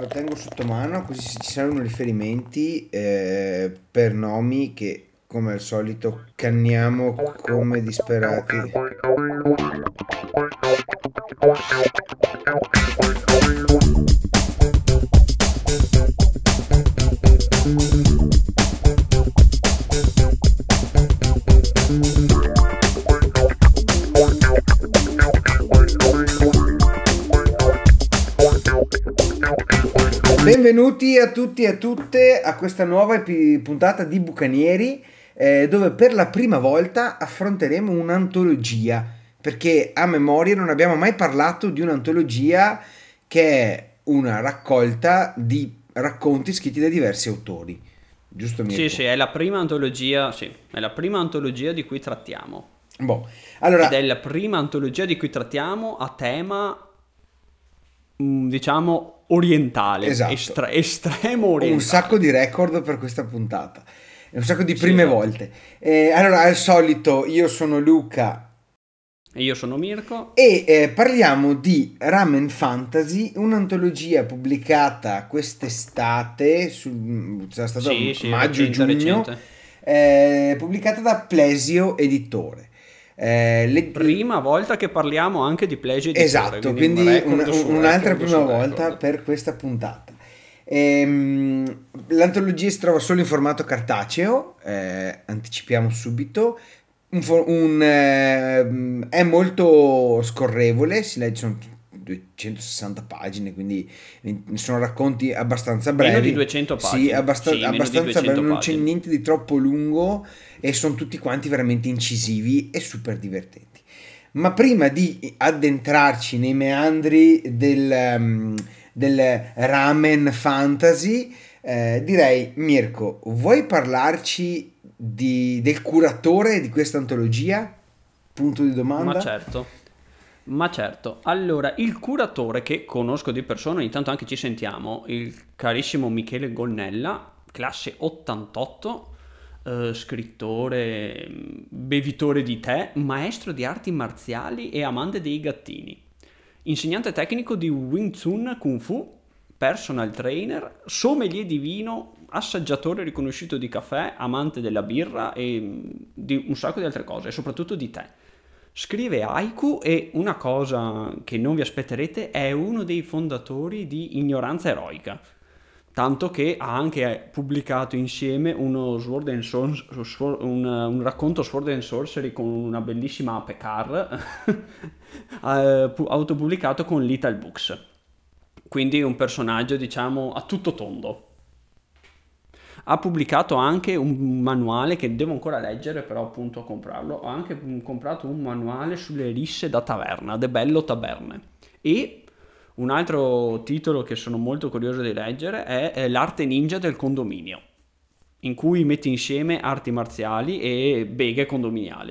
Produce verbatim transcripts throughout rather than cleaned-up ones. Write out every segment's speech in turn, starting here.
tengo sotto mano così se ci saranno riferimenti eh, per nomi che come al solito canniamo come disperati. Benvenuti a tutti e a tutte a questa nuova epi- puntata di Bucanieri, eh, dove per la prima volta affronteremo un'antologia, perché a memoria non abbiamo mai parlato di un'antologia che è una raccolta di racconti scritti da diversi autori. Giusto, Mirko? Sì, sì, è la prima antologia, sì, è la prima antologia di cui trattiamo. Boh, Ed è allora, la prima antologia di cui trattiamo a tema, mm, diciamo, orientale, esatto, estra- estremo ho un sacco orientale. di record per questa puntata, e un sacco di Sì, prime esatto. volte. Eh, allora, al solito, io sono Luca. E io sono Mirko. E eh, parliamo di Ramen Fantasy, un'antologia pubblicata quest'estate, su, sarà stato Sì, sì, recente, maggio-giugno, recente. eh, pubblicata da Plesio Editore. Eh, le- Prima volta che parliamo anche di Plagio Editore, esatto, quindi un quindi una- record un- su un'altra record prima su volta record. per questa puntata. Ehm, l'antologia si trova solo in formato cartaceo, eh, anticipiamo subito. Un fo- un, ehm, è molto scorrevole, si legge, sono duecentosessanta pagine, quindi sono racconti abbastanza Meno di brevi. duecento Sì, pagine. abbasta- Sì, meno di abbastanza brevi, duecento non c'è pagine. niente di troppo lungo e sono tutti quanti veramente incisivi e super divertenti. Ma prima di addentrarci nei meandri del, ehm, del ramen fantasy, eh, direi, Mirko, vuoi parlarci di- del curatore di questa antologia? Punto di Ma domanda. certo, ma certo. Allora, il curatore che conosco di persona, ogni tanto anche ci sentiamo, il carissimo Michele Gonnella, classe ottantotto, eh, scrittore, mh, bevitore di tè, maestro di arti marziali e amante dei gattini, insegnante tecnico di Wing Chun Kung Fu, personal trainer, sommelier di vino, assaggiatore riconosciuto di caffè, amante della birra e mh, di un sacco di altre cose, e soprattutto di tè. Scrive haiku e una cosa che non vi aspetterete è uno dei fondatori di Ignoranza Eroica, tanto che ha anche pubblicato insieme uno Sword and Sor- Sword- un, un racconto Sword and Sorcery con una bellissima ape car eh, pu- autopubblicato con Lethal Books. Quindi un personaggio, diciamo, a tutto tondo. Ha pubblicato anche un manuale che devo ancora leggere, però appunto a comprarlo. Ho anche mm, comprato un manuale sulle risse da taverna, De Bello Taberne. E un altro titolo che sono molto curioso di leggere è eh, L'arte ninja del condominio, in cui mette insieme arti marziali e beghe condominiali.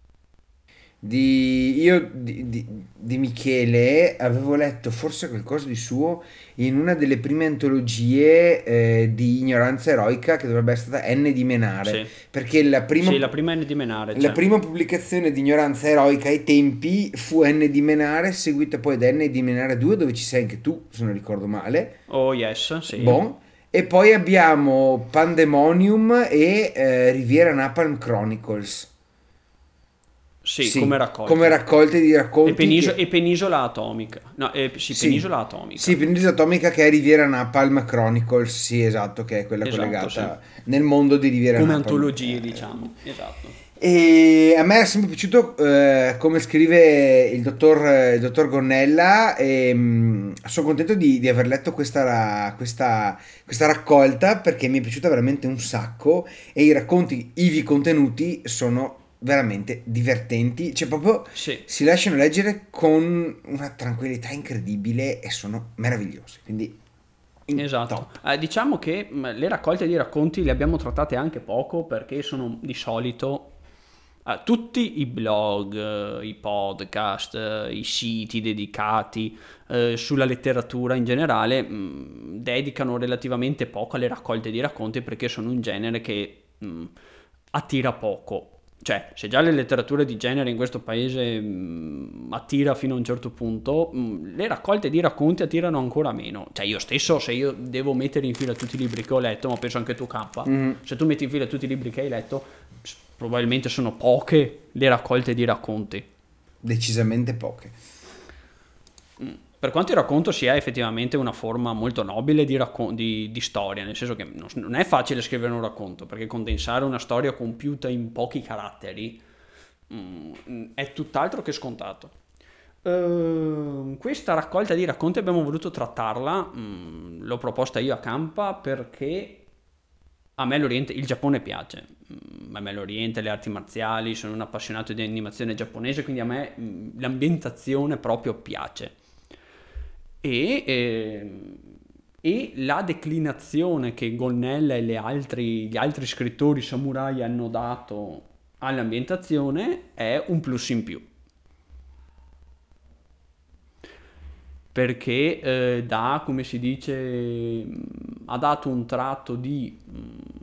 Di, io di, di- di Michele avevo letto forse qualcosa di suo in una delle prime antologie eh, di Ignoranza Eroica che dovrebbe essere stata N di Menare, Sì, perché la prima, sì, la prima è di Menare, la c'è. prima pubblicazione di Ignoranza Eroica ai tempi fu N di Menare, seguita poi da N di Menare due, dove ci sei anche tu, se non ricordo male. Oh yes, sì. Bon. E poi abbiamo Pandemonium e eh, Riviera Napalm Chronicles. Sì, come Sì, come raccolte. raccolte di E, racconti Peniso- che... e Penisola Atomica. No, eh, sì, Sì, Penisola sì, Atomica. Pendenza Atomica che è Riviera Napalm Chronicles, sì, esatto, che è quella Esatto, sì. collegata nel mondo di Riviera Come Napalm. antologie, Eh, diciamo. Esatto. E a me è sempre piaciuto eh, come scrive il dottor, il dottor Gonnella e mh, sono contento di, di aver letto questa, ra- questa, questa raccolta perché mi è piaciuta veramente un sacco e i racconti ivi contenuti sono veramente divertenti, cioè proprio Sì, si lasciano leggere con una tranquillità incredibile e sono meravigliosi, quindi in esatto. top. Eh, diciamo che mh, le raccolte di racconti le abbiamo trattate anche poco perché sono di solito eh, tutti i blog, eh, i podcast, eh, i siti dedicati eh, sulla letteratura in generale mh, dedicano relativamente poco alle raccolte di racconti perché sono un genere che mh, attira poco. Cioè, se già la letteratura di genere in questo paese mh, attira fino a un certo punto, mh, le raccolte di racconti attirano ancora meno. Cioè, io stesso, se io devo mettere in fila tutti i libri che ho letto, ma penso anche tu, K, Mm. se tu metti in fila tutti i libri che hai letto, s- probabilmente sono poche le raccolte di racconti. Decisamente poche. Per quanto il racconto sia effettivamente una forma molto nobile di, raccon- di, di storia, nel senso che non, non è facile scrivere un racconto, perché condensare una storia compiuta in pochi caratteri mm, è tutt'altro che scontato. Ehm, questa raccolta di racconti abbiamo voluto trattarla, mm, l'ho proposta io a Campa perché a me l'Oriente, il Giappone piace. Mm, a me l'Oriente, le arti marziali, sono un appassionato di animazione giapponese, quindi a me mm, l'ambientazione proprio piace. E, ehm, e la declinazione che Gonnella e le altri- gli altri scrittori samurai hanno dato all'ambientazione è un plus in più. Perché eh, dà, come si dice, mh, ha dato un tratto di mh,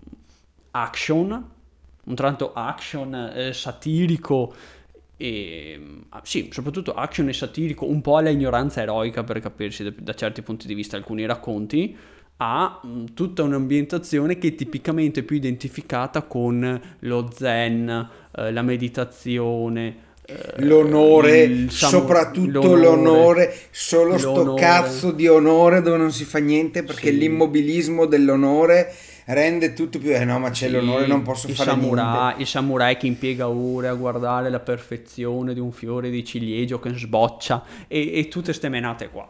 action, un tratto action eh, satirico e ah, sì, soprattutto action e satirico, un po' alla ignoranza eroica per capirsi da, da certi punti di vista alcuni racconti, ha mh, tutta un'ambientazione che è tipicamente più identificata con lo zen, eh, la meditazione, eh, L'onore, il samu- soprattutto l'onore, l'onore, solo sto l'onore, cazzo di onore dove non si fa niente perché sì, l'immobilismo dell'onore rende tutto più... Eh no, ma c'è l'onore, non sì, posso il fare niente. samurai, il samurai che impiega ore a guardare la perfezione di un fiore di ciliegio che sboccia e, e tutte ste menate qua.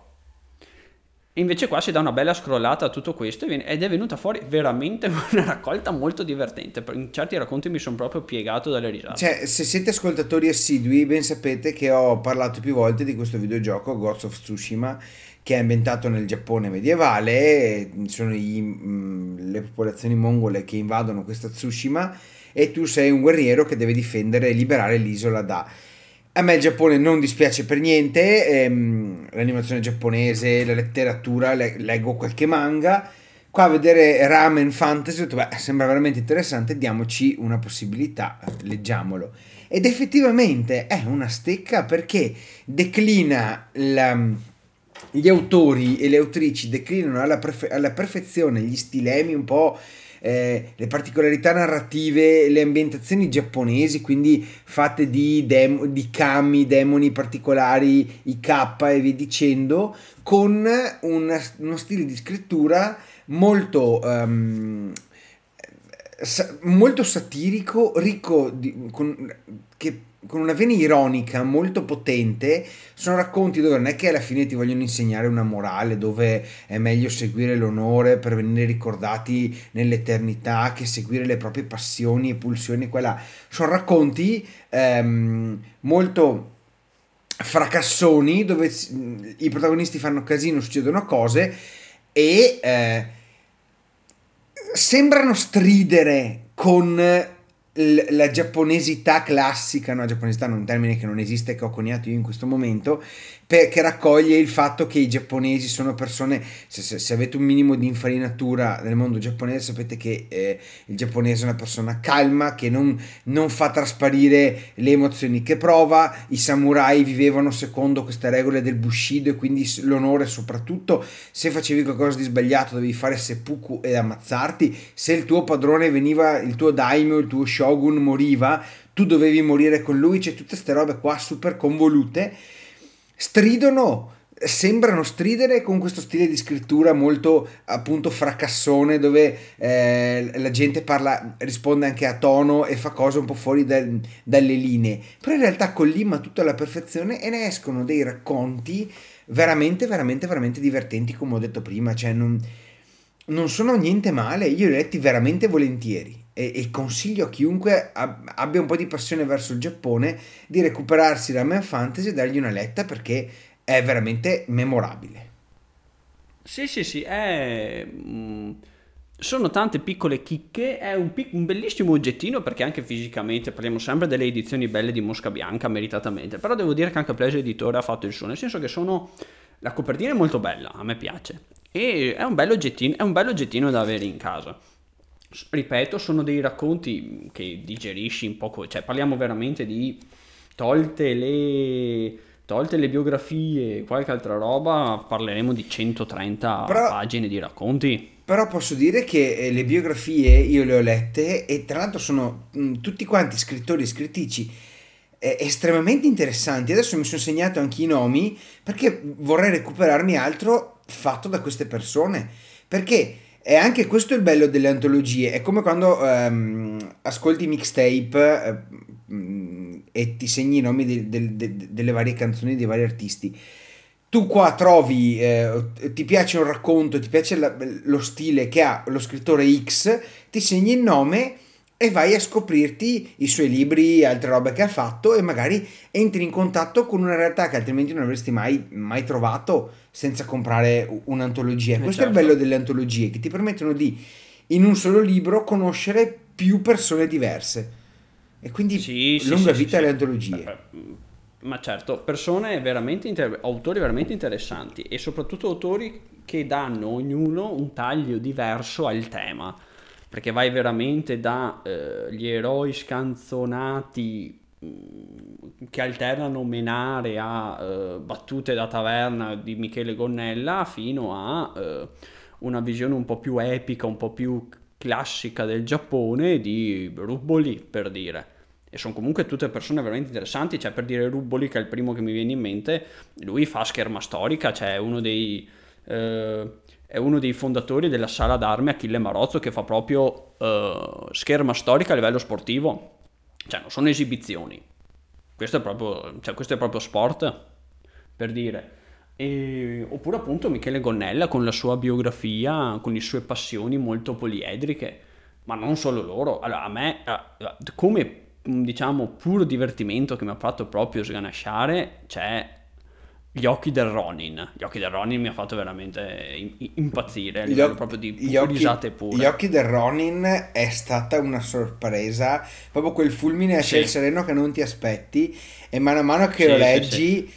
E invece qua si dà una bella scrollata a tutto questo e viene- ed è venuta fuori veramente una raccolta molto divertente. In certi racconti mi sono proprio piegato dalle risate. Cioè, se siete ascoltatori assidui, ben sapete che ho parlato più volte di questo videogioco, Ghost of Tsushima, che è ambientato nel Giappone medievale, e sono i- mh, le popolazioni mongole che invadono questa Tsushima e tu sei un guerriero che deve difendere e liberare l'isola da... A me il Giappone non dispiace per niente, ehm, l'animazione giapponese, la letteratura, le- leggo qualche manga. Qua a vedere Ramen Fantasy, ho detto, beh, sembra veramente interessante, diamoci una possibilità, leggiamolo. Ed effettivamente è una stecca perché declina la- gli autori e le autrici declinano alla, perfe- alla perfezione gli stilemi un po', eh, le particolarità narrative, le ambientazioni giapponesi, quindi fatte di, dem- di kami, demoni particolari, i kappa e via dicendo, con un- uno stile di scrittura molto, ehm, sa- molto satirico, ricco di- con, che, con una vena ironica molto potente. Sono racconti dove non è che alla fine ti vogliono insegnare una morale, dove è meglio seguire l'onore per venire ricordati nell'eternità che seguire le proprie passioni e pulsioni. Quella. Sono racconti ehm, molto fracassoni dove si- i protagonisti fanno casino, succedono cose e eh, sembrano stridere con l- la giapponesità classica, no, giapponesità non è un termine che non esiste, che ho coniato io in questo momento, per- che raccoglie il fatto che i giapponesi sono persone, se, se- se avete un minimo di infarinatura nel mondo giapponese, sapete che eh, il giapponese è una persona calma, che non, non fa trasparire le emozioni che prova. I samurai vivevano secondo queste regole del Bushido e quindi s- l'onore soprattutto, se facevi qualcosa di sbagliato dovevi fare seppuku ed ammazzarti, se il tuo padrone veniva, il tuo daimyo, il tuo shogun moriva, tu dovevi morire con lui. C'è tutte queste robe qua super convolute, stridono, sembrano stridere con questo stile di scrittura molto appunto fracassone, dove eh, la gente parla, risponde anche a tono e fa cose un po' fuori dal- dalle linee, però in realtà collima tutto alla perfezione e ne escono dei racconti veramente, veramente, veramente divertenti, come ho detto prima. Cioè non, non sono niente male, io li ho letti veramente volentieri e, e consiglio a chiunque ab- abbia un po' di passione verso il Giappone di recuperarsi la Man Fantasy e dargli una letta perché è veramente memorabile. Sì, sì, sì, è... mm, sono tante piccole chicche, è un, pic- un bellissimo oggettino perché anche fisicamente parliamo sempre delle edizioni belle di Mosca Bianca, meritatamente, però devo dire che anche Pleasure Editore ha fatto il suo, nel senso che sono... La copertina è molto bella, a me piace, e è un bello oggettino, è un bello oggettino da avere in casa. S- ripeto, sono dei racconti che digerisci in poco, cioè parliamo veramente di tolte le, tolte le biografie, qualche altra roba, parleremo di centotrenta Però pagine di racconti. Però posso dire che eh, le biografie io le ho lette e tra l'altro sono mh, tutti quanti scrittori e scrittrici eh, estremamente interessanti. Adesso mi sono segnato anche i nomi perché vorrei recuperarmi altro fatto da queste persone. Perché è anche questo il bello delle antologie. È come quando ehm, ascolti mixtape eh, mh, e ti segni i nomi de- del- de- delle varie canzoni dei vari artisti. Tu qua trovi, eh, ti piace un racconto, ti piace la- lo stile che ha lo scrittore X, ti segni il nome e vai a scoprirti i suoi libri, altre robe che ha fatto e magari entri in contatto con una realtà che altrimenti non avresti mai, mai trovato senza comprare u- un'antologia. Eh Questo è il bello certo. delle antologie, che ti permettono di, in un solo libro, conoscere più persone diverse. E quindi Sì, sì, lunga sì, sì, vita alle sì. Beh, antologie. beh, mm, ma certo, persone veramente, inter- autori veramente interessanti e soprattutto autori che danno ognuno un taglio diverso al tema, perché vai veramente dagli eroi scanzonati mm, che alternano menare a eh, battute da taverna di Michele Gonnella fino a eh, una visione un po' più epica, un po' più classica del Giappone di Rubboli, per dire. E sono comunque tutte persone veramente interessanti, cioè per dire Rubboli, che è il primo che mi viene in mente, lui fa scherma storica, cioè è uno dei, eh, è uno dei fondatori della sala d'arme Achille Marozzo che fa proprio eh, scherma storica a livello sportivo, cioè non sono esibizioni, questo è proprio, cioè, questo è proprio sport, per dire. E- oppure appunto Michele Gonnella con la sua biografia, con le sue passioni molto poliedriche, ma non solo loro. Allora, a me, eh, come mh, diciamo puro divertimento che mi ha fatto proprio sganasciare, c'è Gli occhi del Ronin. Gli occhi del Ronin mi ha fatto veramente im- impazzire a Gli, livello o- proprio di gli pu- occhi, risate gli pure. occhi del Ronin è stata una sorpresa, proprio quel fulmine a ciel Sì, sereno che non ti aspetti e mano a mano che lo sì, sì, sì. leggi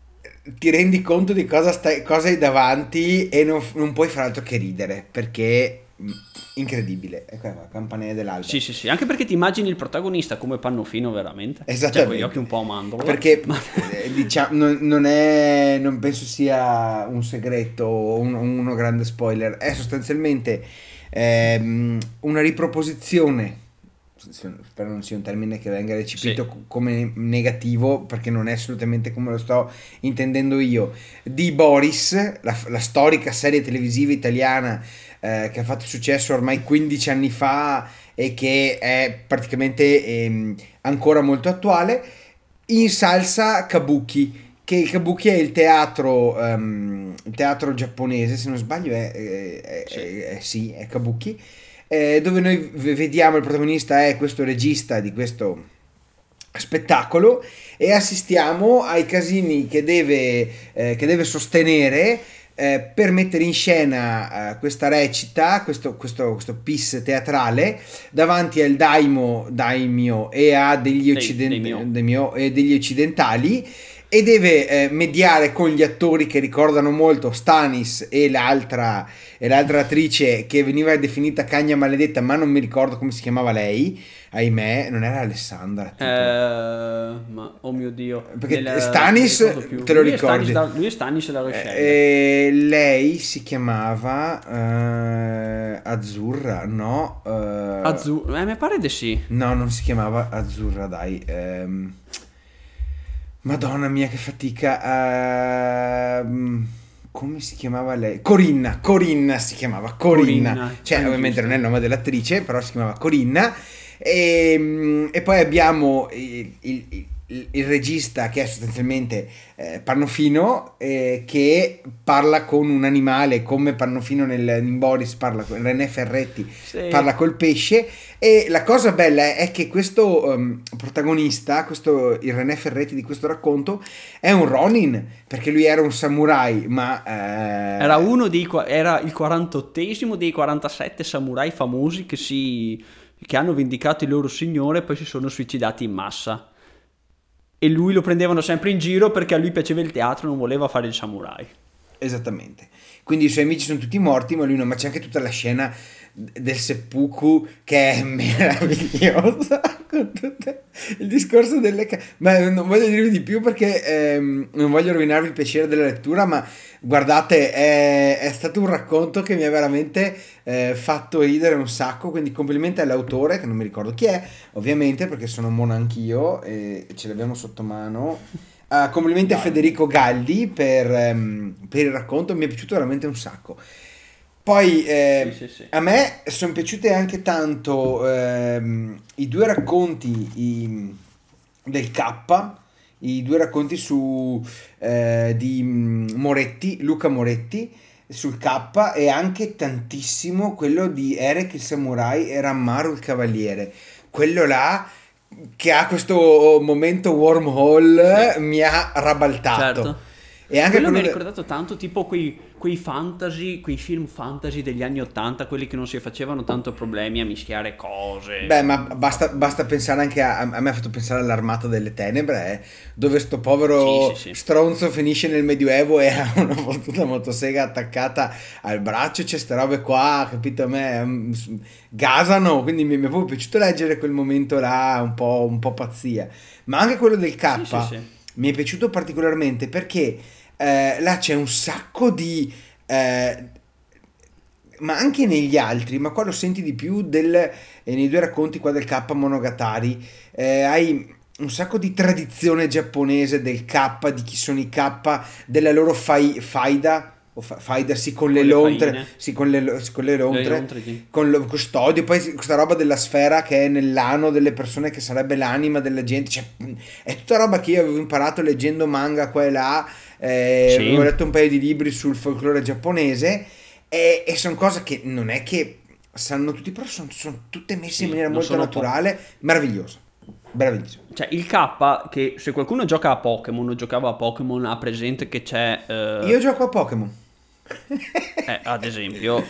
ti rendi conto di cosa, stai, cosa hai davanti e non, non puoi far altro che ridere perché mh, incredibile. Ecco qua, campanelle Sì, dell'alba. sì, sì, anche perché ti immagini il protagonista come Pannofino veramente, cioè con gli occhi un Esattamente. po' a mandorla, Perché ma eh, diciamo, non, non è, non penso sia un segreto o un- uno grande spoiler, è sostanzialmente ehm, una riproposizione, se- spero non sia un termine che venga recepito sì, co- come negativo, perché non è assolutamente come lo sto intendendo io, di Boris, la, la storica serie televisiva italiana eh, che ha fatto successo ormai quindici anni fa e che è praticamente ehm, ancora molto attuale, in salsa kabuki. Che il kabuki è il teatro, ehm, il teatro giapponese, se non sbaglio, è, è- è- sì. è- è- sì, è kabuki, eh, dove noi v- vediamo il protagonista è questo regista di questo spettacolo e assistiamo ai casini che deve, eh, che deve sostenere eh, per mettere in scena eh, questa recita, questo, questo, questo piece teatrale davanti al daimo, daimyo e a degli, Dei, dei occident- mio. daimyo e degli occidentali e deve eh, mediare con gli attori che ricordano molto Stanis e l'altra, e l'altra attrice che veniva definita Cagna Maledetta, ma non mi ricordo come si chiamava lei, ahimè, non era Alessandra, Eh, tipo. ma oh mio Dio, Perché nel- non mi ricordo Stanis, più. te lo Lui è Stanis, ricordi? da, lui è Stanis La Eh, Rochelle. eh, lei si chiamava eh, Azzurra, no? eh, Azzurro, eh, mi pare di sì. no, non si chiamava Azzurra, dai. ehm, Madonna mia, che fatica. ehm, come si chiamava lei? Corinna, Corinna si chiamava Corinna. Corinna, Cioè, eh, ovviamente non è il giusto. nome dell'attrice, però si chiamava Corinna. E, e poi abbiamo il, il- il- il regista che è sostanzialmente eh, Pannofino, eh, che parla con un animale come Pannofino nel, in Boris parla con René Ferretti, Sì. parla col pesce. E la cosa bella è che questo ehm, protagonista, questo, il René Ferretti di questo racconto, è un Ronin, perché lui era un samurai, ma Era eh, uno dei, qua- era il quarantottesimo dei quarantasette samurai famosi che, si, che hanno vendicato il loro signore e poi si sono suicidati in massa. E lui lo prendevano sempre in giro perché a lui piaceva il teatro e non voleva fare il samurai. Esattamente. Quindi i suoi amici sono tutti morti, ma lui no, ma c'è anche tutta la scena del seppuku che è meravigliosa con tutto il discorso delle ca- ma non voglio dirvi di più perché ehm, non voglio rovinarvi il piacere della lettura, ma guardate, è, è stato un racconto che mi ha veramente eh, fatto ridere un sacco, quindi complimenti all'autore che non mi ricordo chi è, ovviamente perché sono mono anch'io e ce l'abbiamo sotto mano. Ah, complimenti a Dai. Federico Galli per, ehm, per il racconto, mi è piaciuto veramente un sacco. Poi Sì, eh, sì, sì. a me sono piaciute anche tanto ehm, i due racconti i- del K, i due racconti su, eh, di mm, Moretti, Luca Moretti, sul K e anche tantissimo quello di Eric il Samurai e Rammaru il Cavaliere. Quello là che ha questo momento Sì. wormhole mi ha rabaltato. Certo. E anche Quello mi quello ha de- ricordato tanto tipo quei, quei fantasy, quei film fantasy degli anni ottanta, quelli che non si facevano tanto problemi a mischiare cose. Beh, ma basta, basta pensare anche a, a me ha fatto pensare all'Armata delle Tenebre, eh, dove sto Sì, sì, povero sì. stronzo finisce nel Medioevo e ha una fottuta motosega attaccata al braccio, c'è ste robe qua, capito? A me mm, s- gasano, quindi mi, mi è proprio piaciuto leggere quel momento là, un po', un po' pazzia. Ma anche quello del Sì, sì, K sì. mi è piaciuto particolarmente perché eh, là c'è un sacco di... eh, ma anche negli altri, ma qua lo senti di più del, eh, nei due racconti qua del K Monogatari, eh, hai un sacco di tradizione giapponese del K, di chi sono i K, della loro fai, faida, o fa, faida sì con le Con le lontre, faine. sì con le, sì, con le Le lontre, lontre, sì. con lo custodio, poi sì, questa roba della sfera che è nell'ano delle persone che sarebbe l'anima della gente, cioè è tutta roba che io avevo imparato leggendo manga qua e là, eh, avevo Sì, letto un paio di libri sul folklore giapponese e, e sono cose che non è che sanno tutti, però sono, sono tutte messe in sì, maniera non molto sono po'. naturale, meraviglioso, meraviglioso. Cioè, il K, che se qualcuno gioca a Pokémon o giocava a Pokémon ha presente che c'è, eh, Io gioco a Pokémon. eh, ad esempio,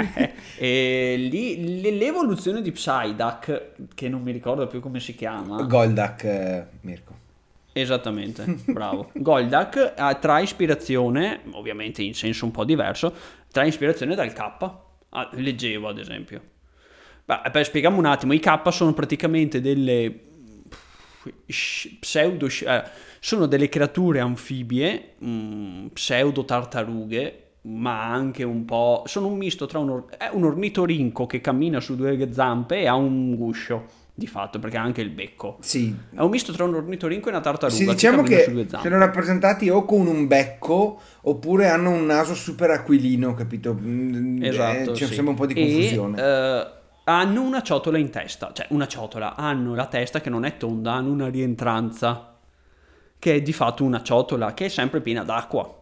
e lì le- l'evoluzione di Psyduck, che non mi ricordo più come si chiama, Goldak, eh, Mirko. esattamente, bravo. Goldak ha- trae ispirazione, ovviamente in senso un po' diverso, trae ispirazione dal K. Ah, leggevo ad esempio. Beh, per spieghiamo un attimo, i K sono praticamente delle sci- pseudo sci- eh, sono delle creature anfibie, mm, pseudo tartarughe, ma anche un po' sono un misto tra un, or- è un ornitorinco che cammina su due zampe e ha un guscio, di fatto, perché ha anche il becco. Sì, È un misto tra un ornitorinco e una sì, tartaruga che diciamo cammina su che due sono zampe. rappresentati o con un becco oppure hanno un naso super aquilino, capito? Mm, eh, Esatto, C'è sì. sempre un po' di E confusione. eh, hanno una ciotola in testa, cioè una ciotola, hanno la testa che non è tonda, hanno una rientranza, che è di fatto una ciotola che è sempre piena d'acqua.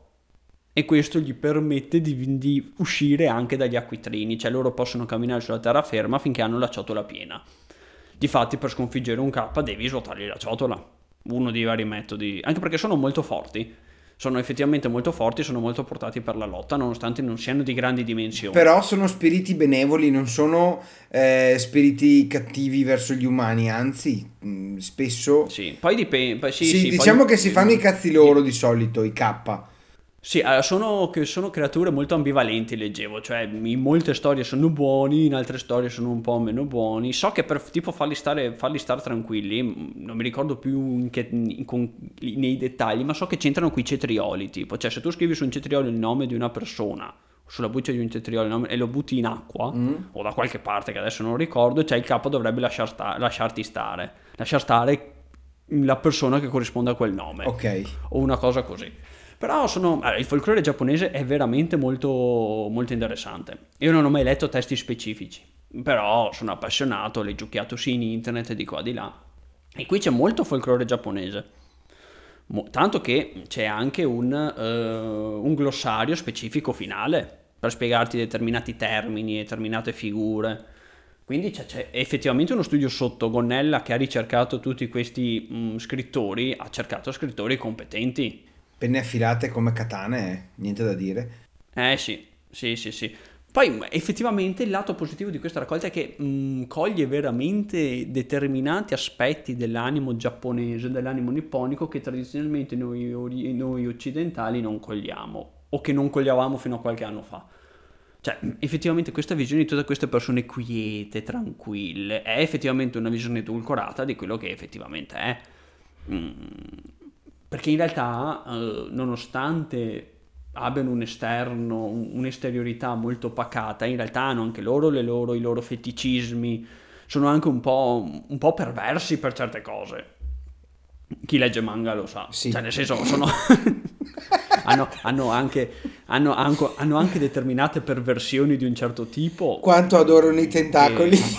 E questo gli permette di, di uscire anche dagli acquitrini, cioè loro possono camminare sulla terraferma finché hanno la ciotola piena. Difatti per sconfiggere un K devi svuotargli la ciotola, uno dei vari metodi, anche perché sono molto forti, sono effettivamente molto forti, sono molto portati per la lotta, nonostante non siano di grandi dimensioni. Però sono spiriti benevoli, non sono eh, spiriti cattivi verso gli umani, anzi, mm, spesso... Sì, poi dipende, sì, Sì, sì, diciamo poi che si fanno i cazzi loro di- di solito, i K. sì, allora, sono, che sono creature molto ambivalenti, leggevo, cioè in molte storie sono buoni, in altre storie sono un po' meno buoni. So che per tipo farli stare, farli stare tranquilli, mh, non mi ricordo più in che- in- con- nei dettagli, ma so che c'entrano qui i cetrioli, tipo, cioè se tu scrivi su un cetriolo il nome di una persona, sulla buccia di un cetriolo il nome- e lo butti in acqua, Mm? o da qualche parte che adesso non ricordo, cioè il capo dovrebbe lasciar sta- lasciarti stare, lasciar stare la persona che corrisponde a quel nome, Ok. o una cosa così. Però sono, allora, il folklore giapponese è veramente molto, molto interessante. Io non ho mai letto testi specifici, però sono appassionato, l'ho giochiato sì in internet di qua di là. E qui c'è molto folklore giapponese. Mo- tanto che c'è anche un, eh, un glossario specifico finale per spiegarti determinati termini, determinate figure. Quindi c'è, c'è effettivamente uno studio sotto. Gonnella, che ha ricercato tutti questi mh, scrittori, ha cercato scrittori competenti. Penne affilate come katane, eh, niente da dire. Eh sì, sì, sì, sì. Poi mh, effettivamente il lato positivo di questa raccolta è che mh, coglie veramente determinati aspetti dell'animo giapponese, dell'animo nipponico che tradizionalmente noi, ori- noi occidentali non cogliamo. o che non cogliavamo fino a qualche anno fa. Cioè, effettivamente questa visione di tutte queste persone quiete, tranquille, è effettivamente una visione edulcorata di quello che effettivamente è. Mm, Perché in realtà, eh, nonostante abbiano un esterno, un- un'esteriorità molto pacata, in realtà hanno anche loro, le loro i loro feticismi, sono anche un po', un po' perversi per certe cose. Chi legge manga lo sa, cioè Sì. nel senso sono... hanno, hanno anche, hanno, anco- hanno anche determinate perversioni di un certo tipo, Quanto adorano i mm, tentacoli. che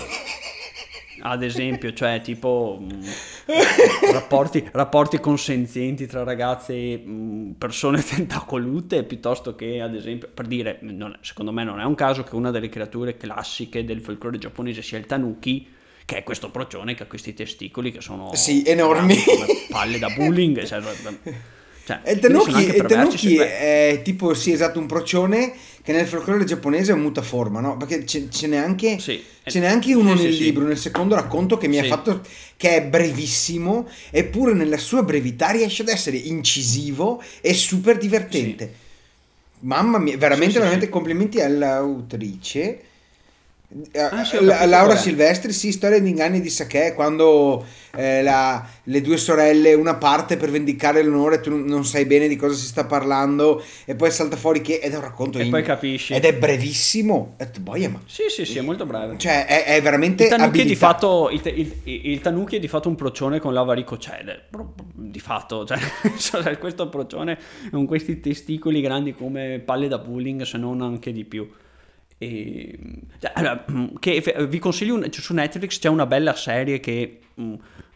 ad esempio, cioè tipo mh, rapporti, rapporti consenzienti tra ragazze, mh, persone tentacolute, piuttosto che ad esempio, per dire, non- secondo me non è un caso che una delle creature classiche del folklore giapponese sia il tanuki, che è questo procione che ha questi testicoli che Sì, sono enormi. grandi come palle da bowling, cioè, cioè, E il quindi sono tanuki, anche il perversi. tanuki se- beh, è tipo, sì, esatto, un procione che nel folklore giapponese è un mutaforma, no? Perché ce, ce n'è anche, sì, ce eh, n'è anche uno sì, nel sì, libro, sì, nel secondo racconto che mi ha sì, fatto, che è brevissimo, eppure nella sua brevità riesce ad essere incisivo e super sì, divertente. Mamma mia, sì, veramente, sì, veramente sì. complimenti all'autrice. Ah sì, ho La- capito Laura qual è. Silvestri, sì, Storia di inganni di Sake, quando eh, la- le due sorelle, una parte per vendicare l'onore, tu non non sai bene di cosa si sta parlando, e poi salta fuori che ed è un racconto E poi in- ed è capisci. brevissimo. E tu, boia, ma Sì, sì, sì, è molto breve. cioè è, è Il veramente tanuki è di abilità. fatto, il, il- il tanuki è di fatto un procione con la varicocele, pro- di fatto, cioè, cioè, questo procione con questi testicoli grandi come palle da bowling, se non anche di più. E, cioè, allora, che vi consiglio, un- su Netflix c'è una bella serie che, mm,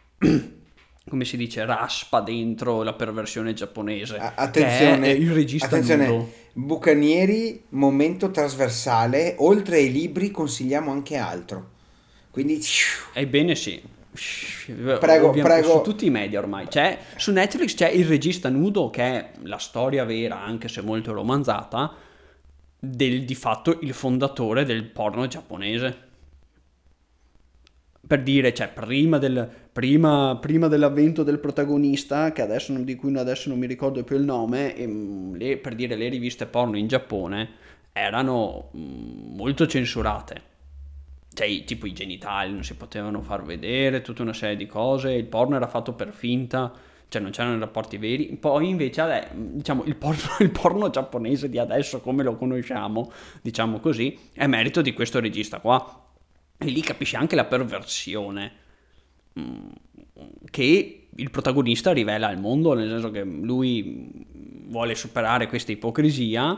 come si dice, raspa dentro la perversione giapponese, A- che è eh, attenzione, Il regista attenzione, nudo. Bucanieri, momento trasversale, oltre ai libri consigliamo anche altro. Quindi Ebbene sì, prego, Ovvia- su prego. tutti i media ormai. C'è, su Netflix c'è Il regista nudo, che è la storia vera, anche se molto romanzata, del di fatto il fondatore del porno giapponese. Per dire, cioè, prima, del, prima, prima dell'avvento del protagonista, che adesso, non- di cui adesso non mi ricordo più il nome, ehm, le- per dire, le riviste porno in Giappone erano mm, molto censurate. Cioè, i- tipo i genitali non si potevano far vedere, tutta una serie di cose, il porno era fatto per finta, cioè non c'erano rapporti veri. Poi invece, ade- diciamo, il porno, il porno giapponese di adesso, come lo conosciamo, diciamo così, è merito di questo regista qua. E lì capisci anche la perversione mm, che il protagonista rivela al mondo, nel senso che lui vuole superare questa ipocrisia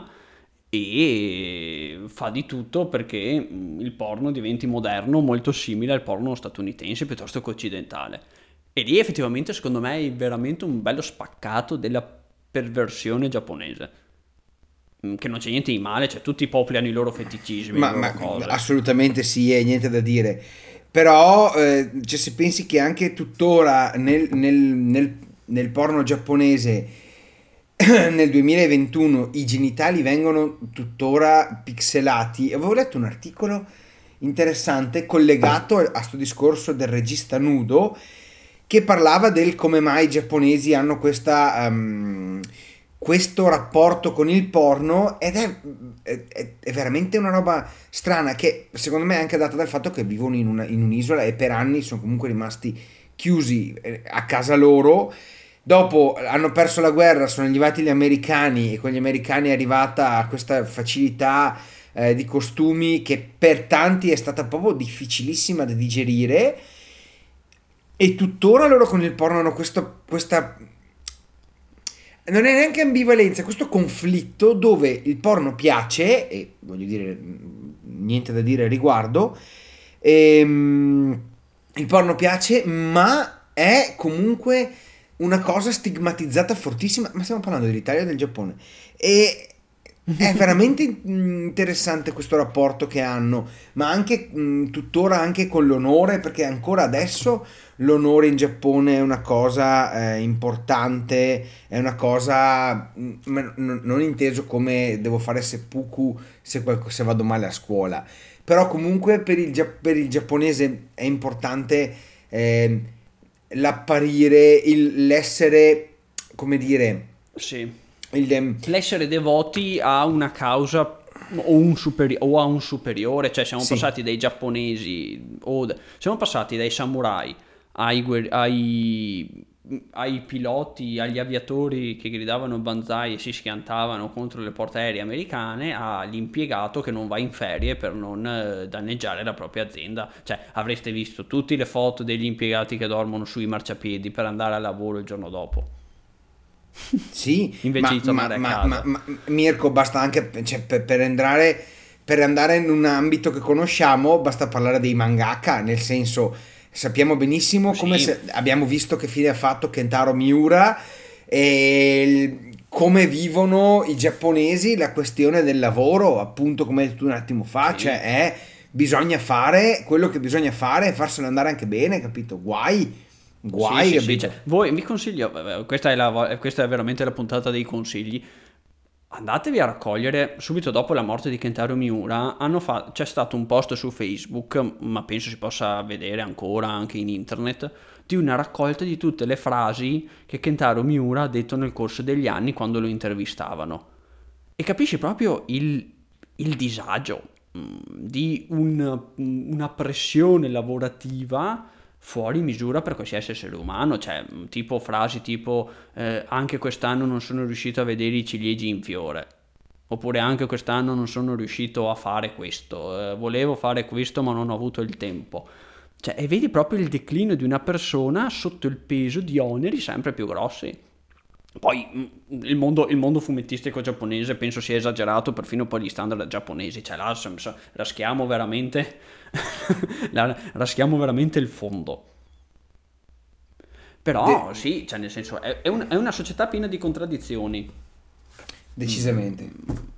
e fa di tutto perché mm, il porno diventi moderno, molto simile al porno statunitense piuttosto che occidentale. E lì effettivamente secondo me è veramente un bello spaccato della perversione giapponese. Mm, Che non c'è niente di male, cioè tutti i popoli hanno i loro feticismi, le Ma, ma loro cose. assolutamente sì, è niente da dire. Però, eh, cioè, se pensi che anche tuttora nel, nel- nel- nel porno giapponese nel duemilaventuno i genitali vengono tuttora pixelati. Avevo letto un articolo interessante collegato a sto discorso del regista nudo che parlava del come mai i giapponesi hanno questa, ehm, questo rapporto con il porno ed è, è- è veramente una roba strana che secondo me è anche data dal fatto che vivono in, una- in un'isola e per anni sono comunque rimasti chiusi eh, a casa loro. Dopo hanno perso la guerra, sono arrivati gli americani e con gli americani è arrivata questa facilità eh, di costumi che per tanti è stata proprio difficilissima da digerire e tuttora loro con il porno hanno questo, questa... Non è neanche ambivalenza, questo conflitto dove il porno piace, e voglio dire, mh, niente da dire al riguardo, ehm, il porno piace, ma è comunque una cosa stigmatizzata fortissima, ma stiamo parlando dell'Italia e del Giappone. E è veramente in- interessante questo rapporto che hanno, ma anche mh, tuttora anche con l'onore, perché ancora adesso l'onore in Giappone è una cosa eh, importante, è una cosa mh, ma n- non inteso come devo fare seppuku se, qualco- se vado male a scuola, però comunque per il, gia- per il giapponese è importante ehm, l'apparire, il- l'essere, come dire, Sì, il, ehm, l'essere devoti a una causa o, un superi- o a un superiore, cioè siamo sì. passati dai giapponesi, o da- siamo passati dai samurai ai, guer- ai, ai piloti, agli aviatori che gridavano banzai e si schiantavano contro le porte aeree americane, all'impiegato che non va in ferie per non eh, danneggiare la propria azienda. Cioè, avreste visto tutte le foto degli impiegati che dormono sui marciapiedi per andare al lavoro il giorno dopo, Sì, invece ma, di ma, tornare a ma, ma, casa. ma- Mirko, basta anche, cioè, per, per andare, per andare in un ambito che conosciamo, basta parlare dei mangaka, nel senso, sappiamo benissimo come Sì, se, abbiamo visto che fine ha fatto Kentaro Miura e il- come vivono i giapponesi la questione del lavoro, appunto come hai detto tu un attimo fa, cioè sì. è, bisogna fare quello che bisogna fare e farselo andare anche bene, capito? Guai, Sì, guai, sì, sì, cioè, capito? voi vi consiglio, eh, questa è, la, questa è veramente la puntata dei consigli, andatevi a raccogliere, subito dopo la morte di Kentaro Miura, hanno fa- c'è stato un post su Facebook, ma penso si possa vedere ancora anche in internet, di una raccolta di tutte le frasi che Kentaro Miura ha detto nel corso degli anni quando lo intervistavano. E capisci proprio il, il disagio mh, di un- una pressione lavorativa fuori misura per qualsiasi essere umano, cioè mh, tipo frasi tipo eh, anche quest'anno non sono riuscito a vedere i ciliegi in fiore, oppure anche quest'anno non sono riuscito a fare questo, eh, volevo fare questo ma non ho avuto il tempo. Cioè, e vedi proprio il declino di una persona sotto il peso di oneri sempre più grossi. Poi mh, il mondo, il mondo fumettistico giapponese penso sia esagerato perfino per gli standard giapponesi, cioè là sem- sem- raschiamo veramente, la- raschiamo veramente il fondo. Però De- sì, cioè nel senso è, è un- è una società piena di contraddizioni. decisamente.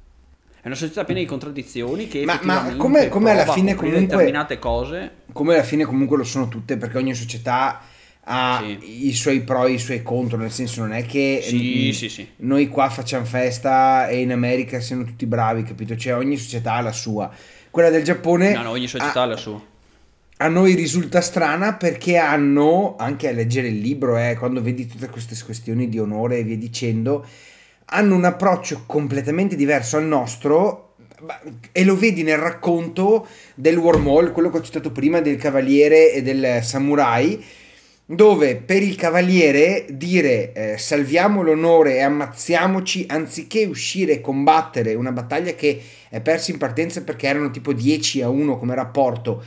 È una società piena di contraddizioni che Ma, ma come, effettivamente come alla prova a fine coprire comunque, determinate cose. come alla fine comunque lo sono tutte, perché ogni società ha Sì, i suoi pro e i suoi contro, nel senso non è che mm, sì, sì, sì. noi qua facciamo festa e in America siano tutti bravi, capito? Cioè ogni società ha la sua. Quella del No, Giappone no, ogni società ha, ha la sua. a noi risulta strana perché hanno, anche a leggere il libro, eh, quando vedi tutte queste questioni di onore e via dicendo, hanno un approccio completamente diverso al nostro ma- e lo vedi nel racconto del wormhole, quello che ho citato prima del cavaliere e del samurai, dove per il cavaliere dire eh, salviamo l'onore e ammazziamoci anziché uscire e combattere una battaglia che è persa in partenza perché erano tipo dieci a uno come rapporto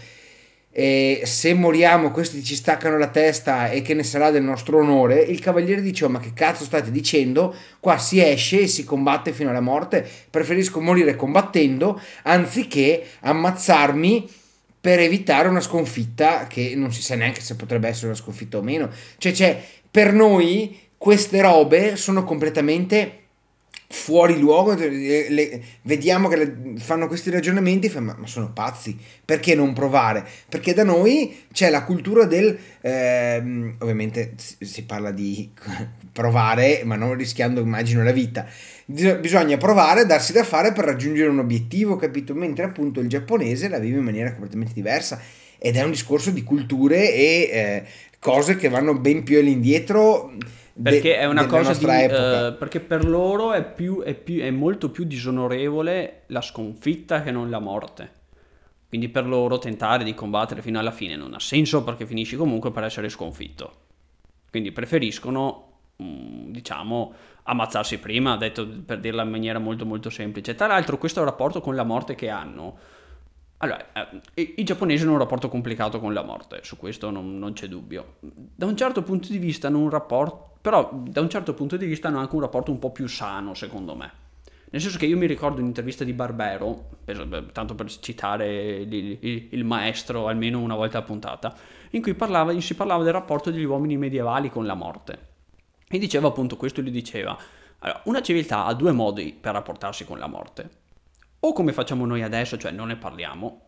e se moriamo questi ci staccano la testa e che ne sarà del nostro onore, il cavaliere dice: "Oh, ma che cazzo state dicendo? Qua si esce e si combatte fino alla morte, preferisco morire combattendo anziché ammazzarmi per evitare una sconfitta che non si sa neanche se potrebbe essere una sconfitta o meno." Cioè, cioè per noi queste robe sono completamente fuori luogo, le- le- vediamo che le- fanno questi ragionamenti, fa, ma, ma sono pazzi, perché non provare? Perché da noi c'è la cultura del, ehm, ovviamente si, si parla di provare, ma non rischiando, immagino, la vita. Bis- Bisogna provare, darsi da fare per raggiungere un obiettivo, capito? Mentre appunto il giapponese la vive in maniera completamente diversa ed è un discorso di culture e eh, cose che vanno ben più all'indietro Perché de- è una della cosa nostra di... epoca. eh, perché per loro è, più, è, più, è molto più disonorevole la sconfitta che non la morte. Quindi per loro tentare di combattere fino alla fine non ha senso perché finisci comunque per essere sconfitto. Quindi preferiscono, mm, diciamo, ammazzarsi prima, detto per dirla in maniera molto molto semplice. Tra l'altro questo rapporto con la morte che hanno. Allora, eh, i, i giapponesi hanno un rapporto complicato con la morte, su questo non, non c'è dubbio. Da un certo punto di vista hanno un rapporto, però da un certo punto di vista hanno anche un rapporto un po' più sano, secondo me. Nel senso che io mi ricordo un'intervista di Barbero, per- tanto per citare il, il- il maestro almeno una volta a puntata, in cui parlava, si parlava del rapporto degli uomini medievali con la morte. E diceva appunto questo, gli diceva, allora, una civiltà ha due modi per rapportarsi con la morte. O come facciamo noi adesso, cioè non ne parliamo,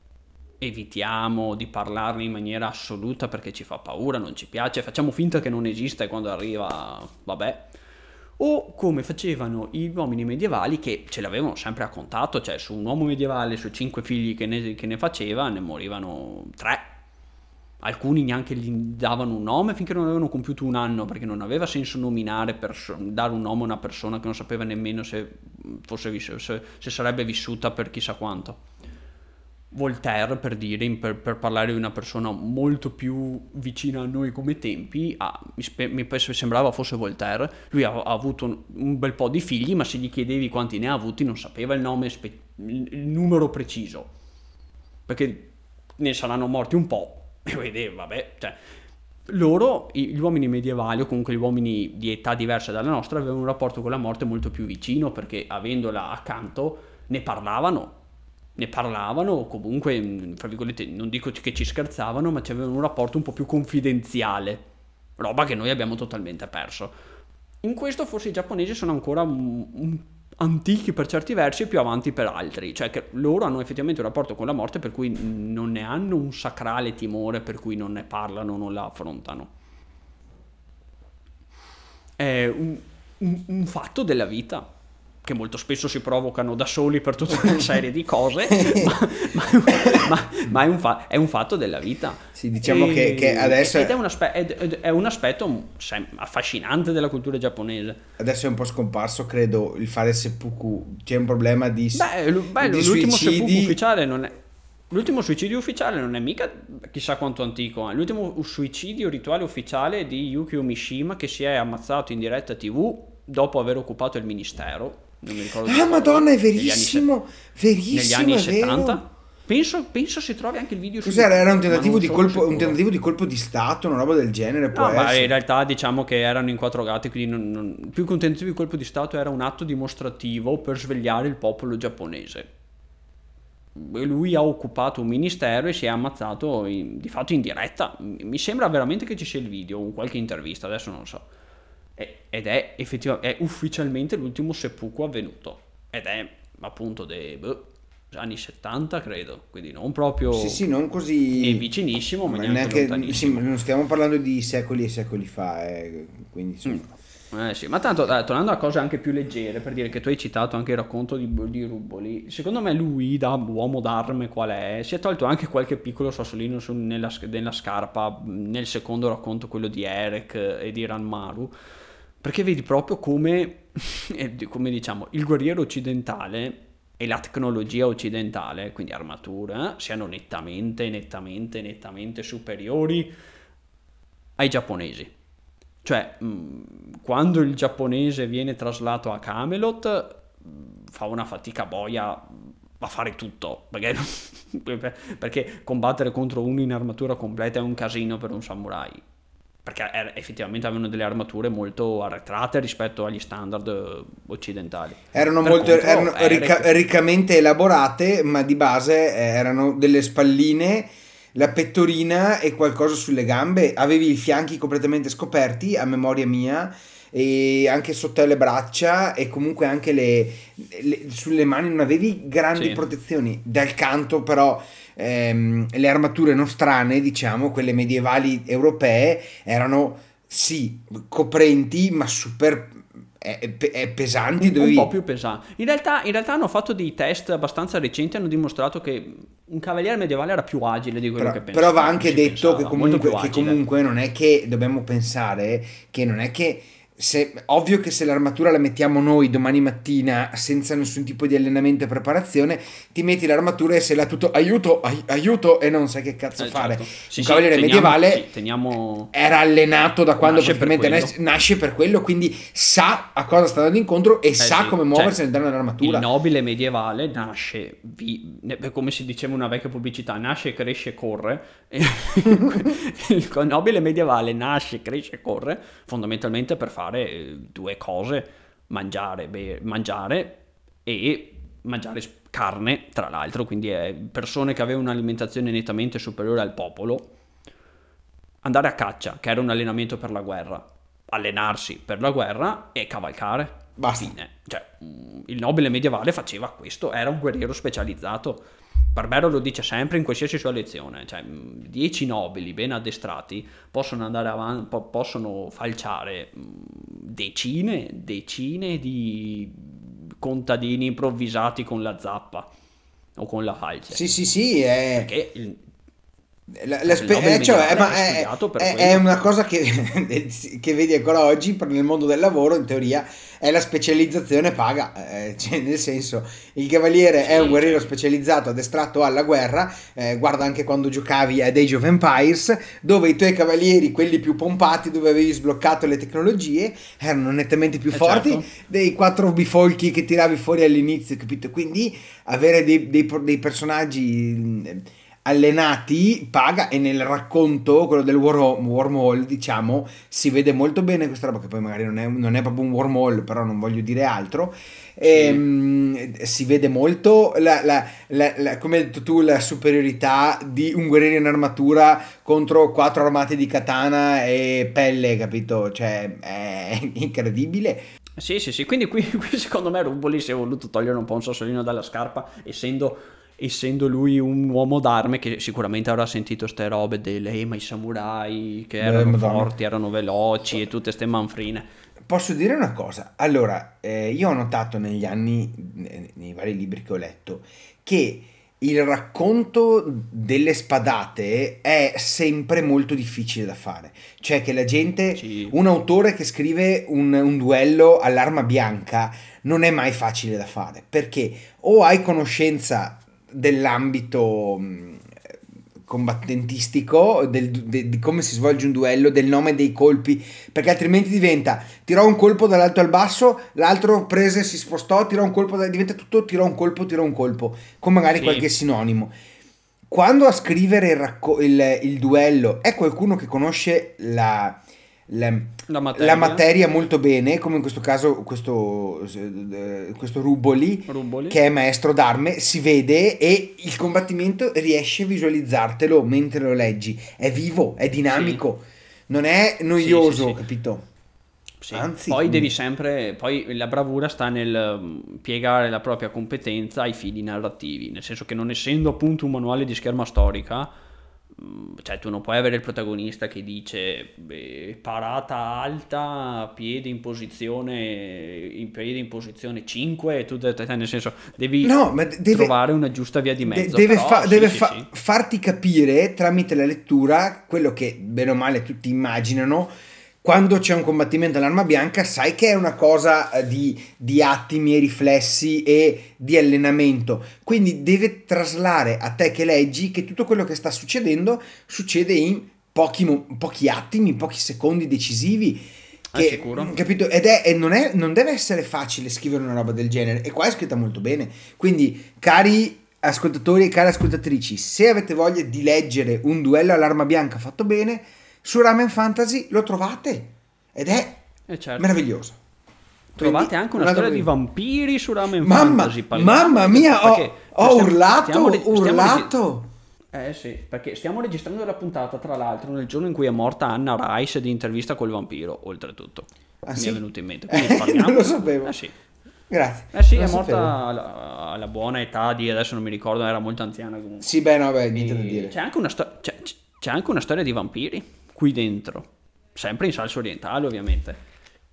evitiamo di parlarne in maniera assoluta perché ci fa paura, non ci piace, facciamo finta che non esista e quando arriva, vabbè. O come facevano gli uomini medievali che ce l'avevano sempre a contatto, cioè su un uomo medievale su cinque figli che ne, che ne faceva ne morivano tre. Alcuni neanche gli davano un nome finché non avevano compiuto un anno, perché non aveva senso nominare, perso- dare un nome a una persona che non sapeva nemmeno se, fosse vis- se, se sarebbe vissuta per chissà quanto. Voltaire, per dire, in- per, per parlare di una persona molto più vicina a noi come tempi, ah, mi, spe- mi pe- sembrava fosse Voltaire. Lui ha, ha avuto un, un bel po' di figli, ma se gli chiedevi quanti ne ha avuti non sapeva il nome, spe- il il numero preciso, perché ne saranno morti un po'. E vedi, vabbè, cioè, loro, i- gli uomini medievali o comunque gli uomini di età diversa dalla nostra, avevano un rapporto con la morte molto più vicino, perché avendola accanto ne parlavano, ne parlavano o comunque, mh, fra virgolette, non dico che ci scherzavano, ma ci avevano un rapporto un po' più confidenziale, roba che noi abbiamo totalmente perso. In questo forse i giapponesi sono ancora un- un- antichi per certi versi e più avanti per altri, cioè che loro hanno effettivamente un rapporto con la morte per cui non ne hanno un sacrale timore, per cui non ne parlano, non la affrontano. È un, un- un fatto della vita che molto spesso si provocano da soli per tutta una serie di cose, ma, ma- ma- ma è, un fa- è un fatto della vita. Sì, diciamo che, che E- adesso, ed è un, aspe- ed- ed è un aspetto sem- affascinante della cultura giapponese. adesso è un po' scomparso, credo, il fare seppuku. C'è un problema di, Beh, lu- beh, di l'ultimo seppuku suicidi. ufficiale non è. L'ultimo suicidio ufficiale non è mica chissà quanto antico. eh. L'ultimo suicidio rituale ufficiale è di Yukio Mishima, che si è ammazzato in diretta T V dopo aver occupato il ministero. Non mi ricordo di Ah, cosa, Madonna, è negli anni se- verissimo, verissimo, negli anni è settanta. vero. Penso, penso si trovi anche il video su Cos'era? YouTube, Era un ma tentativo non di sono colpo, un sicuro. tentativo di colpo di stato, una roba del genere, può No, ma in essere. realtà diciamo che erano in quattro gatti, quindi non- non- più che un tentativo di colpo di stato era un atto dimostrativo per svegliare il popolo giapponese. E lui ha occupato un ministero e si è ammazzato in- di fatto in diretta. Mi sembra veramente che ci sia il video o qualche intervista, adesso non lo so. E- ed è effettivamente è ufficialmente l'ultimo seppuku avvenuto. Ed è appunto dei boh, anni settanta, credo. Quindi non proprio Sì, sì, non né così. vicinissimo, ma Ma neanche neanche, sì, lontanissimo. non stiamo parlando di secoli e secoli fa, eh, quindi insomma. Eh sì, ma tanto dai, tornando a cose anche più leggere, per dire che tu hai citato anche il racconto di, di Ruboli, secondo me lui, da uomo d'arme qual è, si è tolto anche qualche piccolo sassolino su- nella, sc- nella scarpa nel secondo racconto, quello di Eric e di Ranmaru, perché vedi proprio come, eh, come diciamo, il guerriero occidentale e la tecnologia occidentale, quindi armature, siano nettamente, nettamente, nettamente superiori ai giapponesi. Cioè, mh, quando il giapponese viene traslato a Camelot, mh, fa una fatica boia a fare tutto, perché, perché combattere contro uno in armatura completa è un casino per un samurai. Perché er- effettivamente avevano delle armature molto arretrate rispetto agli standard eh, occidentali. Erano Per molto contro, erano ricca- Eric, riccamente elaborate, ma di base eh, erano delle spalline, la pettorina e qualcosa sulle gambe. Avevi i fianchi completamente scoperti, a memoria mia, e anche sotto le braccia, e comunque anche le, le- sulle mani non avevi grandi sì. protezioni. Dal canto, però, ehm, le armature nostrane, diciamo, quelle medievali europee, erano sì coprenti, ma super eh, pe- eh, pesanti. Un, un Dovevi po' più pesante. In realtà, in realtà hanno fatto dei test abbastanza recenti, hanno dimostrato che un cavaliere medievale era più agile di quello Però, che però va pensava, anche si detto che pensava, molto comunque, più che agile. comunque non è che dobbiamo pensare che non è che se, ovvio che se l'armatura la mettiamo noi domani mattina senza nessun tipo di allenamento e preparazione, ti metti l'armatura e sei là tutto aiuto, ai- aiuto e non sai che cazzo Eh, fare. certo. Sì, Un sì, cavaliere teniamo, medievale sì, teniamo... era allenato da quando Nasce per praticamente quello. nas- nasce per quello, quindi sa a cosa sta andando incontro e Eh sa sì, come cioè, muoversi all'interno il dell'armatura. nobile medievale nasce, vi- ne- come si diceva in una vecchia pubblicità, nasce, cresce, corre. Il nobile medievale nasce, cresce, corre fondamentalmente per fare eh, due cose: mangiare, be- mangiare e mangiare s- carne, tra l'altro, quindi è persone che avevano un'alimentazione nettamente superiore al popolo. Andare a caccia, che era un allenamento per la guerra, allenarsi per la guerra e cavalcare. Basta. Fine. Cioè, mm, il nobile medievale faceva questo, era un guerriero specializzato. Barbero lo dice sempre in qualsiasi sua lezione, cioè mm, dieci nobili ben addestrati possono andare avanti, possono falciare mm, decine, decine di contadini improvvisati con la zappa o con la falce. Sì, sì, sì, è... Perché il, La, la Il spe- Nobel eh, cioè, medievale ma è è, studiato per è- è quello. una cosa che, che vedi ancora oggi per- nel mondo del lavoro, in teoria, è la specializzazione paga. Eh, cioè, nel senso, il cavaliere è un Sì, guerriero cioè, specializzato, addestrato alla guerra. Eh, guarda anche quando giocavi ad Age of Empires, dove i tuoi cavalieri, quelli più pompati, dove avevi sbloccato le tecnologie, erano nettamente più eh forti certo. dei quattro bifolchi che tiravi fuori all'inizio, capito? Quindi avere dei, dei- dei personaggi mh, allenati paga, e nel racconto, quello del worm- wormhole, diciamo, si vede molto bene questa roba, che poi magari non è, non è proprio un wormhole, però non voglio dire altro. Sì. Ehm, si vede molto la, la- la- la- come hai detto tu, la superiorità di un guerriero in armatura contro quattro armate di katana e pelle, capito? Cioè, è incredibile. Sì, sì, sì, quindi qui, qui secondo me Ruboli si è voluto togliere un po' un sassolino dalla scarpa, essendo, essendo lui un uomo d'arme che sicuramente avrà sentito ste robe delle, eh, ma i samurai che Beh, erano Madonna. forti, erano veloci e tutte ste manfrine. Posso dire una cosa? Allora, eh, io ho notato negli anni, ne- nei vari libri che ho letto, che il racconto delle spadate è sempre molto difficile da fare. Cioè che la gente, Sì, un autore che scrive un, un duello all'arma bianca non è mai facile da fare, perché o hai conoscenza dell'ambito mh, combattentistico, del- de- di come si svolge un duello, del nome dei colpi, perché altrimenti diventa tirò un colpo dall'alto al basso, l'altro prese, si spostò, tirò un colpo, da- diventa tutto tirò un colpo, tirò un colpo, con magari qualche sì, sinonimo. Quando a scrivere il, racco- il- il duello è qualcuno che conosce la, la- la la materia, materia molto bene, come in questo caso questo, eh, questo Ruboli, Ruboli. che è maestro d'arme, si vede e il combattimento riesce a visualizzartelo mentre lo leggi. È vivo, è Sì, dinamico, non è sì, sì, noioso, sì. capito? Sì, Anzi, poi devi mm, sempre, poi la bravura sta nel mm, piegare la propria competenza ai fini narrativi, nel senso che non essendo appunto un manuale di scherma storica, mm, cioè tu non puoi avere il protagonista che dice beh, parata alta, piede in posizione, in piede in posizione cinque, e tu de- nel senso devi no, ma de- deve, trovare una giusta via di de- mezzo, deve, però fa- sì, deve sì, fa- sì, farti capire tramite la lettura quello che bene o male tutti immaginano. Quando c'è un combattimento all'arma bianca, sai che è una cosa eh, di, di attimi e riflessi e di allenamento. Quindi deve traslare a te che leggi che tutto quello che sta succedendo succede in pochi, mo- pochi attimi, in pochi secondi decisivi. è Che, mm, sicuro. capito? Ed è, e non è, non deve essere facile scrivere una roba del genere. E qua è scritta molto bene. Quindi, cari ascoltatori e care ascoltatrici, se avete voglia di leggere un duello all'arma bianca fatto bene, su Ramen Fantasy lo trovate ed è E certo. meraviglioso. Trovate Quindi, anche un una altro storia di capitolo. vampiri su Ramen Fantasy, Mamma, parliamone mamma perché, mia, perché ho, ho stiamo, stiamo, urlato, reg- stiamo regi- urlato. eh sì, perché stiamo registrando la puntata tra l'altro nel giorno in cui è morta Anna Rice di intervista col vampiro, oltretutto. Ah Mi è sì? venuto in mente, quindi Eh, non lo parliamone. Eh sapevo. sì. Grazie, Eh sì, non è lo morta sapevo. alla, alla buona età di, adesso non mi ricordo, era molto anziana comunque. Sì, beh, no, beh, niente da E dire. c'è anche una, sto- c'è, c'è anche una storia di vampiri qui dentro, sempre in salsa orientale ovviamente.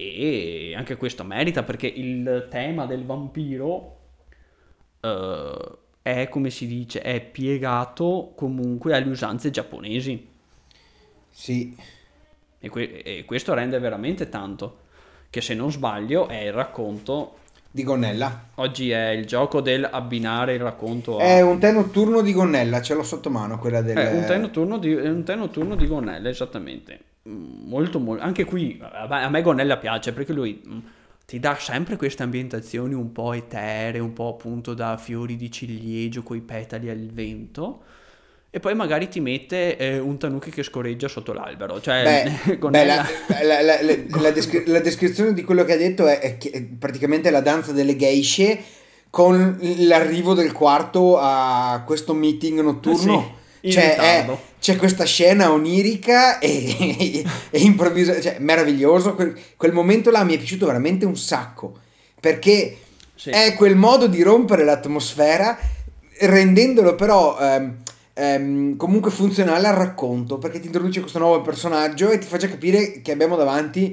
E anche questo merita perché il tema del vampiro eh, è, come si dice, è piegato comunque alle usanze giapponesi. Sì, E, que- e questo rende veramente tanto. Che se non sbaglio è il racconto. di Gonnella. Oggi è il gioco del abbinare il racconto È a. un tè notturno di Gonnella, ce l'ho sotto mano, quella È un tè del... notturno di, è un tè notturno di Gonnella, esattamente. Mm, Molto, molto. Anche qui a me a me Gonnella piace perché lui mm, ti dà sempre queste ambientazioni un po' eteree, un po' appunto da fiori di ciliegio coi petali al vento. E poi magari ti mette eh, un tanuki che scorreggia sotto l'albero. Cioè, Beh, beh, la, Gonnella. la- la- la- la Go- descri- go- la descrizione di quello che ha detto è, è che- è praticamente la danza delle geishe con l'arrivo del quarto a questo meeting Sì, notturno. in Cioè, è- ritardo. c'è questa scena onirica e, e improvvisa, cioè, meraviglioso. Quel, quel momento là mi è piaciuto veramente un sacco, perché Sì, è quel modo di rompere l'atmosfera rendendolo però ehm, ehm, comunque funzionale al racconto, perché ti introduce questo nuovo personaggio e ti fa già capire che abbiamo davanti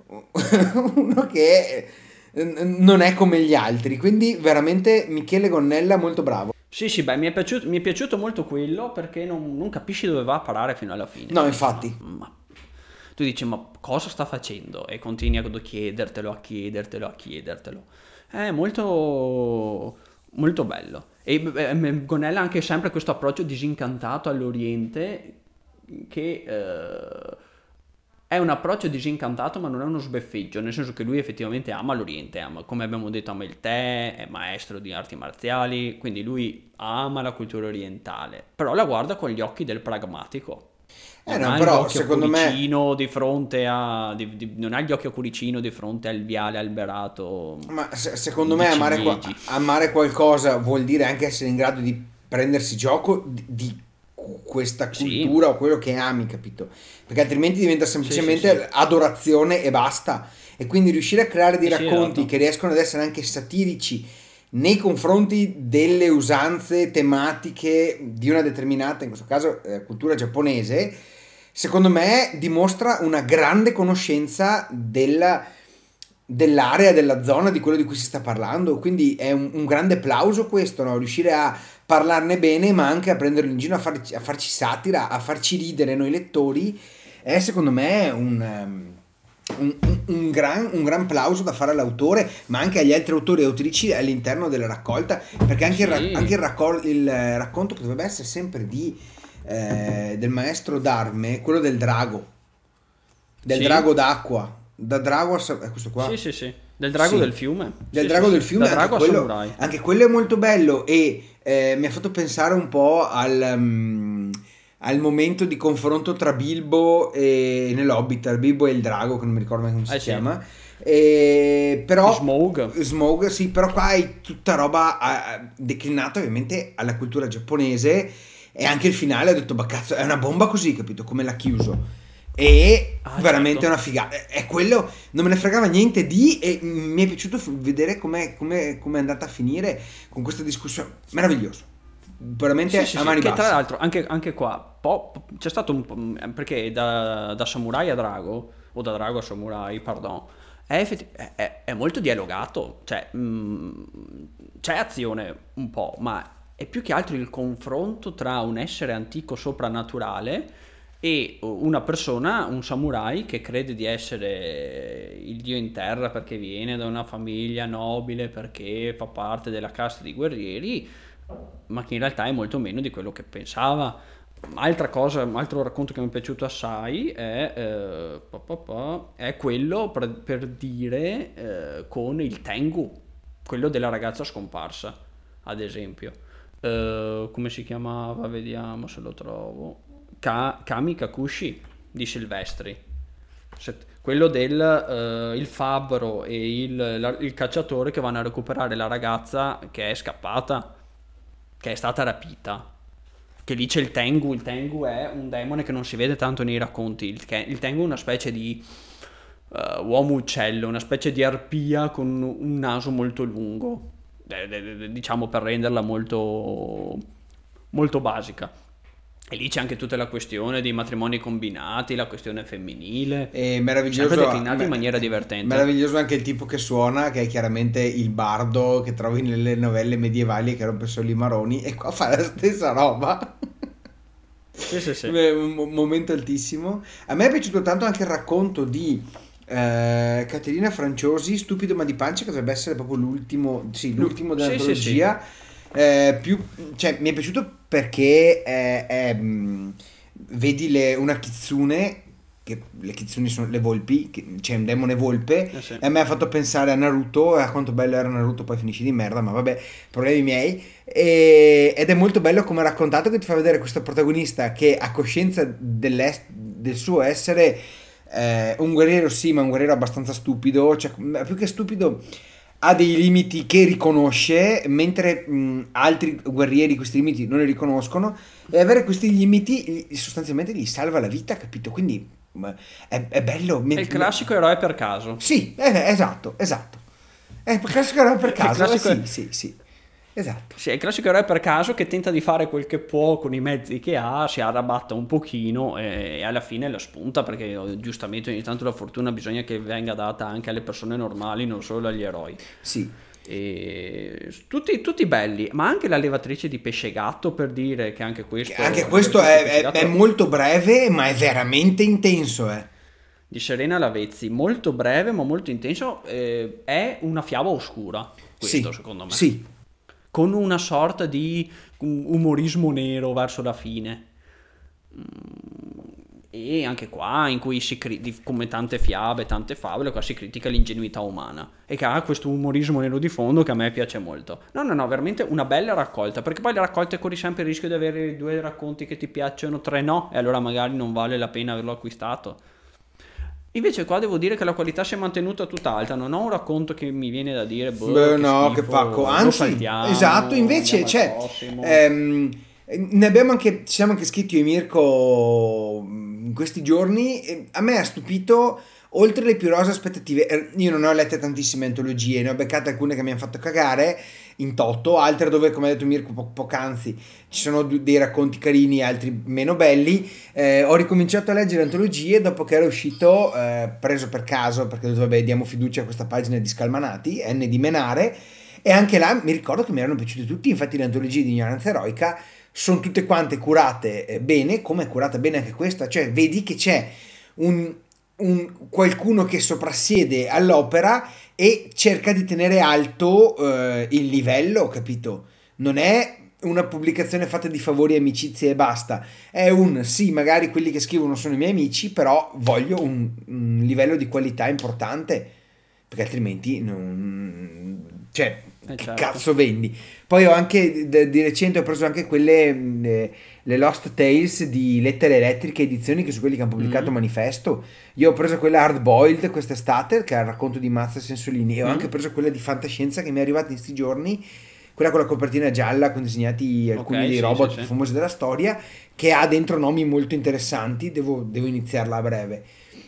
uno che eh, non è come gli altri. Quindi veramente Michele Gonnella molto bravo. Sì, sì, beh, mi è piaciuto, mi è piaciuto molto quello perché non, non capisci dove va a parare fino alla fine. No, Tu dici, ma, infatti. ma- tu dici, ma cosa sta facendo? E continui a chiedertelo, a chiedertelo, a chiedertelo. È molto, molto bello. E beh, Gonella ha anche sempre questo approccio disincantato all'Oriente che eh, è un approccio disincantato ma non è uno sbeffeggio, nel senso che lui effettivamente ama l'Oriente, ama, come abbiamo detto, ama il tè, è maestro di arti marziali, quindi lui ama la cultura orientale, però la guarda con gli occhi del pragmatico. Eh Non no, ha gli però occhi a secondo me... cuoricino di fronte a... di- di- non ha gli occhi a cuoricino di fronte al viale alberato Ma se- secondo di, me di amare, qua- ciliegi. amare qualcosa vuol dire anche essere in grado di prendersi gioco di, di cu- questa Sì, cultura o quello che ami, capito? Perché altrimenti diventa sì, sì, sì. semplicemente adorazione e basta. E quindi riuscire a creare dei Sì, sì, racconti esatto. che riescono ad essere anche satirici nei confronti delle usanze tematiche di una determinata, in questo caso, eh, cultura giapponese, secondo me dimostra una grande conoscenza della dell'area, della zona, di quello di cui si sta parlando. Quindi è un, un grande plauso questo, no? Riuscire a parlarne bene, ma anche a prenderlo in giro, a, farci, a farci satira, a farci ridere noi lettori, è secondo me un, um, un, un- un gran, un gran plauso da fare all'autore, ma anche agli altri autori e autrici all'interno della raccolta, perché anche il, ra- anche Sì, il, raccol- il eh, racconto potrebbe essere sempre di, eh, del maestro d'arme, quello del drago, del drago sì, d'acqua. Da drago a sa- è questo sì, qua? sì, sì. Del drago del Sì, fiume. del Sì, sì, drago del sì. Da fiume, anche drago a quello, samurai. anche quello è molto bello e eh, mi ha fatto pensare un po' al, mm, al momento di confronto tra Bilbo e nell'Hobbit, tra Bilbo e il drago, che non mi ricordo mai come si Eh sì. chiama. E, però Smaug. Smaug, sì, però qua hai tutta roba ah, declinata ovviamente alla cultura giapponese e anche il finale ho detto, ma cazzo, è una bomba così, capito? Come l'ha chiuso. E Ah, veramente una certo. figata. È quello, non me ne fregava niente di e mi è piaciuto f- vedere com'è, com'è, com'è andata a finire con questa discussione. Meraviglioso. Sì, Veramente sì, a sì, mani che tra basse. l'altro anche, anche qua po- po- c'è stato un po', perché da, da samurai a drago, o da drago a samurai, pardon, è, effetti- è- è- è molto dialogato, cioè mm, c'è azione un po', ma è più che altro il confronto tra un essere antico soprannaturale e una persona, un samurai che crede di essere il dio in terra perché viene da una famiglia nobile, perché fa parte della casta di guerrieri, ma che in realtà è molto meno di quello che pensava. Altra cosa, un altro racconto che mi è piaciuto assai è, eh, pa, pa, pa, è quello per, per dire eh, con il Tengu, quello della ragazza scomparsa, ad esempio. Eh, come si chiamava? Vediamo se lo trovo. Ka- Kami Kakushi di Silvestri. Se- Quello del eh, il fabbro e il, la- il cacciatore che vanno a recuperare la ragazza che è scappata, che è stata rapita. Che lì c'è il Tengu. Il Tengu è un demone che non si vede tanto nei racconti. Il, che- il Tengu è una specie di eh, uomo uccello, una specie di arpia con un naso molto lungo. Eh, eh, eh, diciamo per renderla molto, molto basica. E lì c'è anche tutta la questione dei matrimoni combinati, la questione femminile, E sempre meraviglioso, declinata in me- maniera divertente. meraviglioso anche il tipo che suona, che è chiaramente il bardo che trovi nelle novelle medievali che rompe solo i maroni, e qua fa la stessa roba. Sì, sì, sì. Beh, un mo- momento altissimo. A me è piaciuto tanto anche il racconto di eh, Caterina Franciosi, Stupido ma di pancia, che dovrebbe essere proprio l'ultimo, sì, Lu- l'ultimo Sì, sì, sì. dell'antologia. Eh, più, cioè, mi è piaciuto perché è, è, mh, vedi le- una kitsune, che le kitsune sono le volpi, che- c'è un demone volpe, Eh sì. e a me ha fatto pensare a Naruto e a quanto bello era Naruto, poi finisce di merda, ma vabbè, problemi miei. E- ed è molto bello come raccontato, che ti fa vedere questo protagonista che ha coscienza dell'es- del suo essere eh, un guerriero, sì, ma un guerriero abbastanza stupido, cioè più che stupido ha dei limiti che riconosce, mentre mh, altri guerrieri questi limiti non li riconoscono, e avere questi limiti gli- sostanzialmente gli salva la vita, capito? Quindi mh, è, è bello. È mi- il mi- classico eroe per caso. Sì, eh, esatto, esatto. È per caso che era per È il caso, eh, classico, sì, sì, sì, esatto. sì, è il classico eroe per caso che tenta di fare quel che può con i mezzi che ha, si arrabatta un pochino e, e alla fine la spunta perché oh, giustamente ogni tanto la fortuna bisogna che venga data anche alle persone normali, non solo agli eroi. Sì. E tutti, tutti belli, ma anche la levatrice di pesce gatto, per dire che anche questo, Anche la questo levatrice di è, pesce è- è gatto molto breve, ma è veramente intenso, eh. di Serena Lavezzi, molto breve ma molto intenso, eh, è una fiaba oscura, questo Sì, secondo me, sì. con una sorta di um, umorismo nero verso la fine. E anche qua, in cui si cri- di- come tante fiabe, tante favole, qua si critica l'ingenuità umana e che ha questo umorismo nero di fondo che a me piace molto. No, no, no, veramente una bella raccolta, perché poi le raccolte corri sempre il rischio di avere due racconti che ti piacciono, tre no, e allora magari non vale la pena averlo acquistato. Invece qua devo dire che la qualità si è mantenuta tutta alta, non ho un racconto che mi viene da dire, boh, Beh, che no, che pacco. schifo, lo Anzi, esatto, saltiamo, invece andiamo al c'è. prossimo. ehm, ne abbiamo anche, ci siamo anche scritti io e Mirko mm, in questi giorni. E a me ha stupito, oltre le più rose aspettative. eh, Io non ho lette tantissime antologie, ne ho beccate alcune che mi hanno fatto cagare in toto, altre dove, come ha detto Mirko po- poc'anzi, ci sono du- dei racconti carini, altri meno belli. Eh, ho ricominciato a leggere antologie dopo che era uscito, eh, preso per caso, perché ho detto, vabbè, diamo fiducia a questa pagina di Scalmanati, N di Menare, e anche là mi ricordo che mi erano piaciuti tutti. Infatti le antologie di Ignoranza Eroica sono tutte quante curate eh, bene, come è curata bene anche questa, cioè vedi che c'è un, un- qualcuno che soprassiede all'opera e cerca di tenere alto eh, il livello, capito? Non è una pubblicazione fatta di favori e amicizie e basta. È un sì, magari quelli che scrivono sono i miei amici, però voglio un, un livello di qualità importante, perché altrimenti non. Cioè, Eh che certo. cazzo vendi? Poi ho anche d- di recente ho preso anche quelle mh, eh, le Lost Tales di Lettere Elettriche Edizioni, che su quelli che hanno pubblicato Mm, Manifesto. Io ho preso quella Hard Boiled quest'estate, che è il racconto di Mazza Sensolini, e ho anche mm, preso quella di fantascienza che mi è arrivata in questi giorni, quella con la copertina gialla con disegnati alcuni ok, dei sì, sì, robot più sì. famosi della storia, che ha dentro nomi molto interessanti. Devo, devo iniziarla a breve.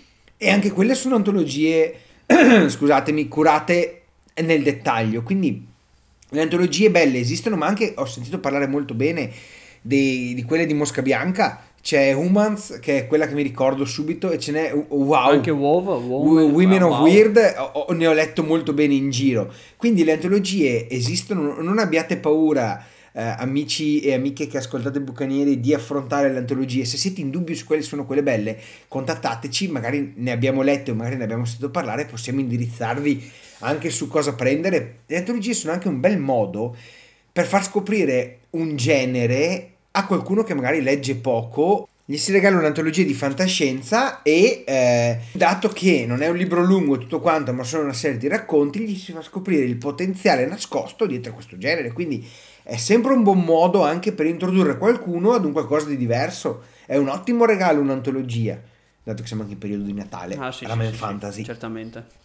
E anche quelle sono antologie, scusatemi, curate nel dettaglio. Quindi le antologie belle esistono, ma anche ho sentito parlare molto bene dei- di quelle di Mosca Bianca. C'è Humans, che è quella che mi ricordo subito, e ce n'è uh, Anche Wow. WoW, W- Woman, Women of wow. Weird, ho- ho- ne ho letto molto bene in giro. Quindi le antologie esistono, non abbiate paura, eh, amici e amiche che ascoltate Bucanieri, di affrontare le antologie. Se siete in dubbio su quali sono quelle belle, contattateci, magari ne abbiamo lette o magari ne abbiamo sentito parlare, possiamo indirizzarvi anche su cosa prendere. Le antologie sono anche un bel modo per far scoprire un genere a qualcuno che magari legge poco. Gli si regala un'antologia di fantascienza e eh, dato che non è un libro lungo tutto quanto, ma sono una serie di racconti, gli si fa scoprire il potenziale nascosto dietro a questo genere. Quindi è sempre un buon modo anche per introdurre qualcuno ad un qualcosa di diverso. È un ottimo regalo un'antologia, dato che siamo anche in periodo di Natale, Ah sì, sì, Ramen sì, sì, Fantasy. certamente.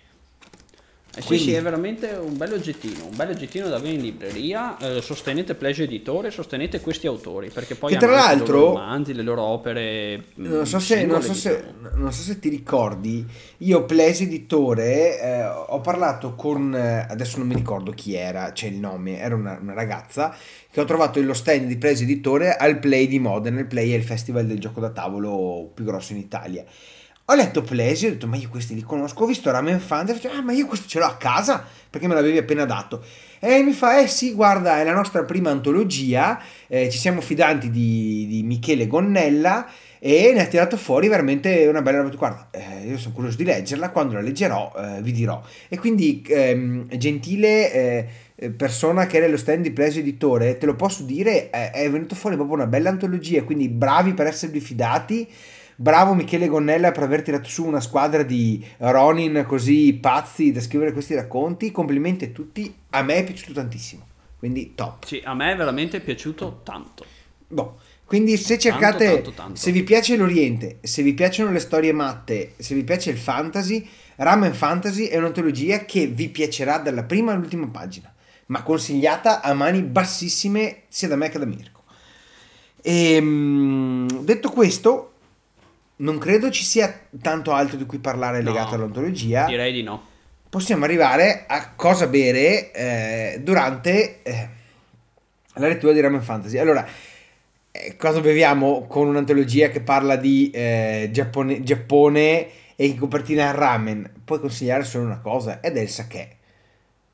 Eh sì, sì, è Quindi, veramente un bello oggettino, un bello oggettino da avere in libreria. Eh, sostenete Plagio Editore, sostenete questi autori, perché poi che tra hanno anche i loro l'altro romanzi, le loro opere non mh, so se, non singole, so se, diciamo. non so se ti ricordi, io Plesi Editore, eh, ho parlato con, eh, adesso non mi ricordo chi era, c'è il nome, era una, una ragazza, che ho trovato lo stand di Plesi Editore al Play di Modena. Il Play è il festival del gioco da tavolo più grosso in Italia. Ho letto Plesi, ho detto, ma io questi li conosco, ho visto Ramen Fantasy, ho detto, ah, ma io questo ce l'ho a casa, perché me l'avevi appena dato. E mi fa, eh sì, guarda, è la nostra prima antologia, eh, ci siamo fidanti di, di Michele Gonnella, e ne ha tirato fuori veramente una bella roba. Guarda, eh, io sono curioso di leggerla, quando la leggerò eh, vi dirò. E quindi, ehm, gentile eh, eh, persona che era lo stand di Plesio Editore, te lo posso dire, eh, è venuto fuori proprio una bella antologia, quindi bravi per esservi fidati. Bravo Michele Gonnella per aver tirato su una squadra di Ronin così pazzi da scrivere questi racconti. Complimenti a tutti, a me è piaciuto tantissimo, quindi top. Sì, a me è veramente piaciuto tanto, Boh. Quindi se tanto, cercate, tanto, se tanto. vi piace l'Oriente, se vi piacciono le storie matte, se vi piace il fantasy, Ramen Fantasy è un'antologia che vi piacerà dalla prima all'ultima pagina, ma consigliata a mani bassissime sia da me che da Mirko. E, detto questo, non credo ci sia tanto altro di cui parlare legato No, all'antologia. direi di no. Possiamo arrivare a cosa bere eh, durante eh, la lettura di Ramen Fantasy. Allora, eh, cosa beviamo con un'antologia che parla di eh, Giappone, Giappone e in copertina il ramen? Puoi consigliare solo una cosa, ed è il sake.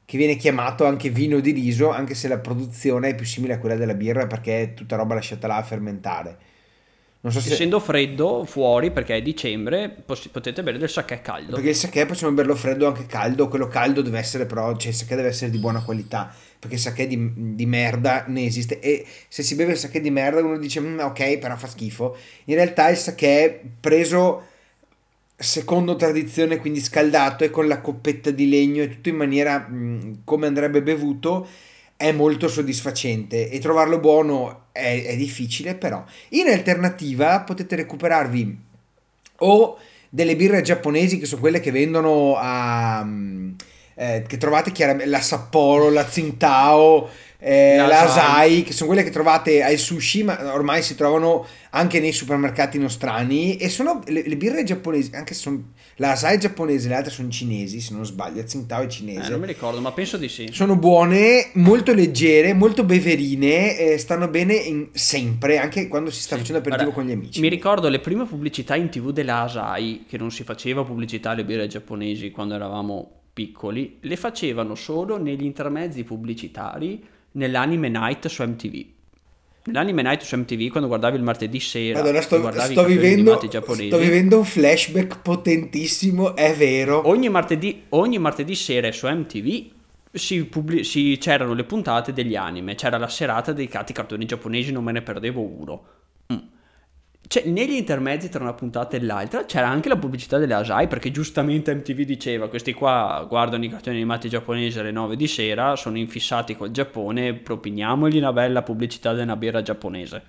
che viene chiamato anche vino di riso, anche se la produzione è più simile a quella della birra perché è tutta roba lasciata là a fermentare. Non so se... Essendo freddo fuori, perché è dicembre, poss- potete bere del sake caldo. Perché il sake possiamo berlo freddo o anche caldo, quello caldo deve essere però, cioè il sake deve essere di buona qualità, perché il sake di, di merda ne esiste, e se si beve il sake di merda uno dice mm, ok, però fa schifo. In realtà il sake preso secondo tradizione, quindi scaldato e con la coppetta di legno e tutto in maniera mh, come andrebbe bevuto, è molto soddisfacente, e trovarlo buono è, è difficile. Però in alternativa potete recuperarvi o delle birre giapponesi, che sono quelle che vendono a mm, eh, che trovate chiaramente, la Sapporo, la Tsingtao, eh, La la Asahi. Asahi, che sono quelle che trovate al sushi, ma ormai si trovano anche nei supermercati nostrani, e sono le, le birre giapponesi, anche se sono, la Asahi è giapponese, le altre sono cinesi se non sbaglio, la Tsingtao è cinese. Eh, non mi ricordo, ma penso di sì. Sono buone, molto leggere, molto beverine, eh, stanno bene in- sempre, anche quando si sta Sì. facendo aperitivo Guarda, con gli amici. mi ricordo le prime pubblicità in tv della Asahi, che non si faceva pubblicità alle birre giapponesi quando eravamo piccoli, le facevano solo negli intermezzi pubblicitari nell'Anime Night su M T V. Nell'Anime Night su M T V, quando guardavi il martedì sera Madonna, e sto, guardavi sto i cartoni vivendo, animati giapponesi, sto vivendo un flashback potentissimo, è vero. ogni martedì, ogni martedì sera su M T V si pubblic- si- c'erano le puntate degli anime, c'era la serata dedicata ai cartoni giapponesi, non me ne perdevo uno. Mm. Cioè, negli intermezzi tra una puntata e l'altra c'era anche la pubblicità delle Asahi, perché giustamente M T V diceva: questi qua guardano i cartoni animati giapponesi alle nove di sera, sono infissati col Giappone, propiniamogli una bella pubblicità di una birra giapponese.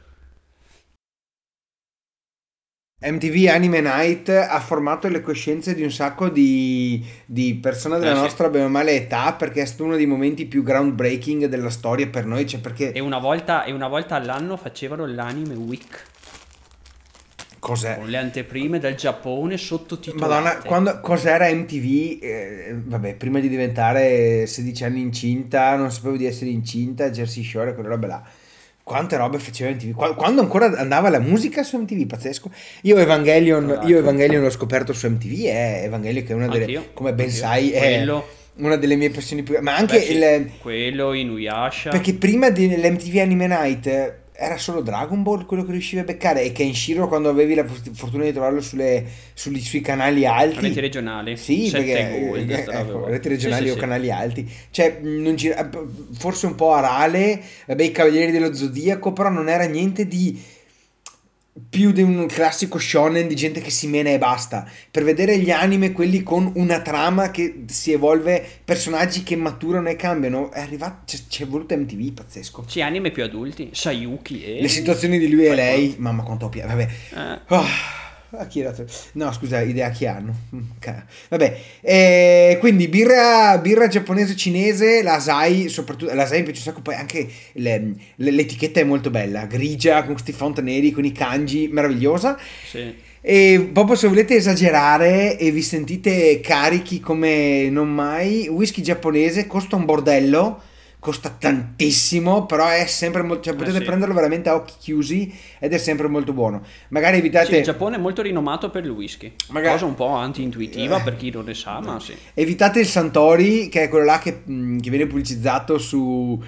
M T V Anime Night ha formato le coscienze di un sacco di, di persone della Eh sì. nostra bene o male età, perché è stato uno dei momenti più groundbreaking della storia per noi, cioè perché... E una volta, e una volta all'anno facevano l'Anime Week, Cos'è? con le anteprime del Giappone sottotitolate. Madonna, quando, cos'era M T V? Eh, vabbè, prima di diventare sedici anni incinta, non sapevo di essere incinta, Jersey Shore, quelle robe là. Quante robe faceva M T V? Qua- Quando ancora andava la musica su M T V, pazzesco. Io Evangelion, Tra l'altro. io Evangelion l'ho scoperto su M T V, è Evangelion che è una delle, Anch'io, come ben anch'io. sai, è Quello. una delle mie passioni più... Ma anche Beh, sì, il... quello, Inuyasha. Perché prima dell'M T V Anime Night eh, era solo Dragon Ball quello che riuscivi a beccare, e Kenshiro quando avevi la fort- fortuna di trovarlo sulle, sugli- sui canali alti. Reti regionali. Sì, Sette perché Gold, eh, sta roba ecco, qua. reti regionali Sì, o sì, sì. canali alti. Cioè, mh, non gira- forse un po' Arale, vabbè, i Cavalieri dello Zodiaco, però non era niente di più di un classico shonen di gente che si mena e basta. Per vedere gli anime, quelli con una trama che si evolve, personaggi che maturano e cambiano, è arrivato, c'è, c'è voluto M T V, pazzesco. Sì, anime più adulti. Sayuki e... Le situazioni di lui e Fai lei, mamma quanto ho piace, vabbè. Eh, Oh, a chi era? No, scusa, idea chi hanno. Mm, ca- Vabbè, eh, quindi birra, birra giapponese cinese, la Asahi, soprattutto la Asahi mi piace un sacco, poi anche le- le- l'etichetta è molto bella, grigia, con questi font neri, con i kanji, meravigliosa. sì. E proprio se volete esagerare e vi sentite carichi come non mai, whisky giapponese costa un bordello, costa tantissimo, però è sempre molto, cioè Eh potete sì. prenderlo veramente a occhi chiusi ed è sempre molto buono. Magari Sì, evitate, il Giappone è molto rinomato per il whisky. Magari- Cosa un po' anti-intuitiva Eh. per chi non ne sa, ma sì. evitate il Santori, che è quello là che, mh, che viene pubblicizzato su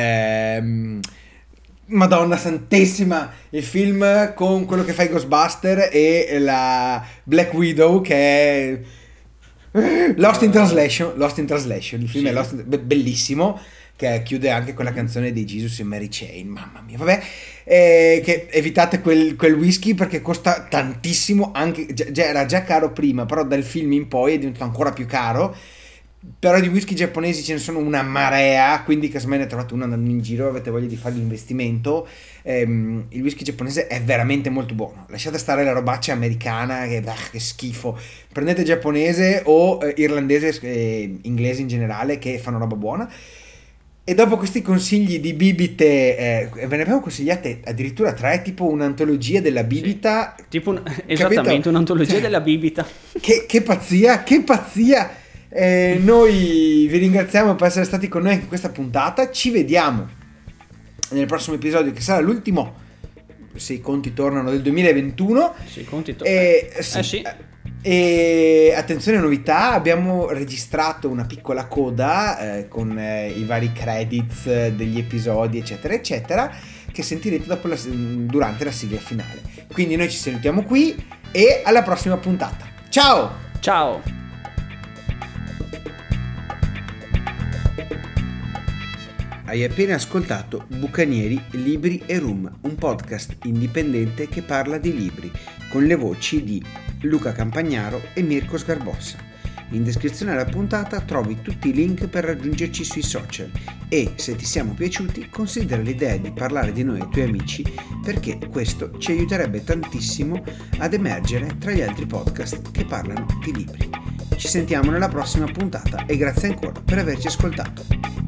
ehm, Madonna Santissima, il film con quello che fa i Ghostbuster e la Black Widow, che è Lost in Translation. Lost in Translation, il film Sì. è Lost in- be- bellissimo, che chiude anche con la canzone dei Jesus e Mary Chain, mamma mia, vabbè, eh, che evitate quel, quel whisky perché costa tantissimo, anche, già, già- era già caro prima, però dal film in poi è diventato ancora più caro. Però di whisky giapponesi ce ne sono una marea, quindi casomai ne trovate uno andando in giro, avete voglia di fare l'investimento, ehm, il whisky giapponese è veramente molto buono. Lasciate stare la robaccia americana che, bah, che schifo, prendete giapponese o eh, irlandese e inglese in generale che fanno roba buona. E dopo questi consigli di bibite, eh, ve ne abbiamo consigliate addirittura tre, tipo un'antologia della bibita. Tipo un- esattamente un'antologia della bibita. Che, che pazzia, che pazzia! Eh, noi vi ringraziamo per essere stati con noi in questa puntata. Ci vediamo nel prossimo episodio, che sarà l'ultimo, se i conti tornano, del duemilaventuno. Sì, conti to- E, eh, sì, eh sì. eh, E attenzione novità, abbiamo registrato una piccola coda eh, con eh, i vari credits eh, degli episodi eccetera eccetera, che sentirete dopo la, durante la sigla finale. Quindi noi ci sentiamo qui e alla prossima puntata. Ciao! Ciao! Hai appena ascoltato Bucanieri, Libri e Rum, un podcast indipendente che parla di libri, con le voci di Luca Campagnaro e Mirko Sgarbossa. In descrizione alla puntata trovi tutti i link per raggiungerci sui social e, se ti siamo piaciuti, considera l'idea di parlare di noi ai tuoi amici, perché questo ci aiuterebbe tantissimo ad emergere tra gli altri podcast che parlano di libri. Ci sentiamo nella prossima puntata e grazie ancora per averci ascoltato.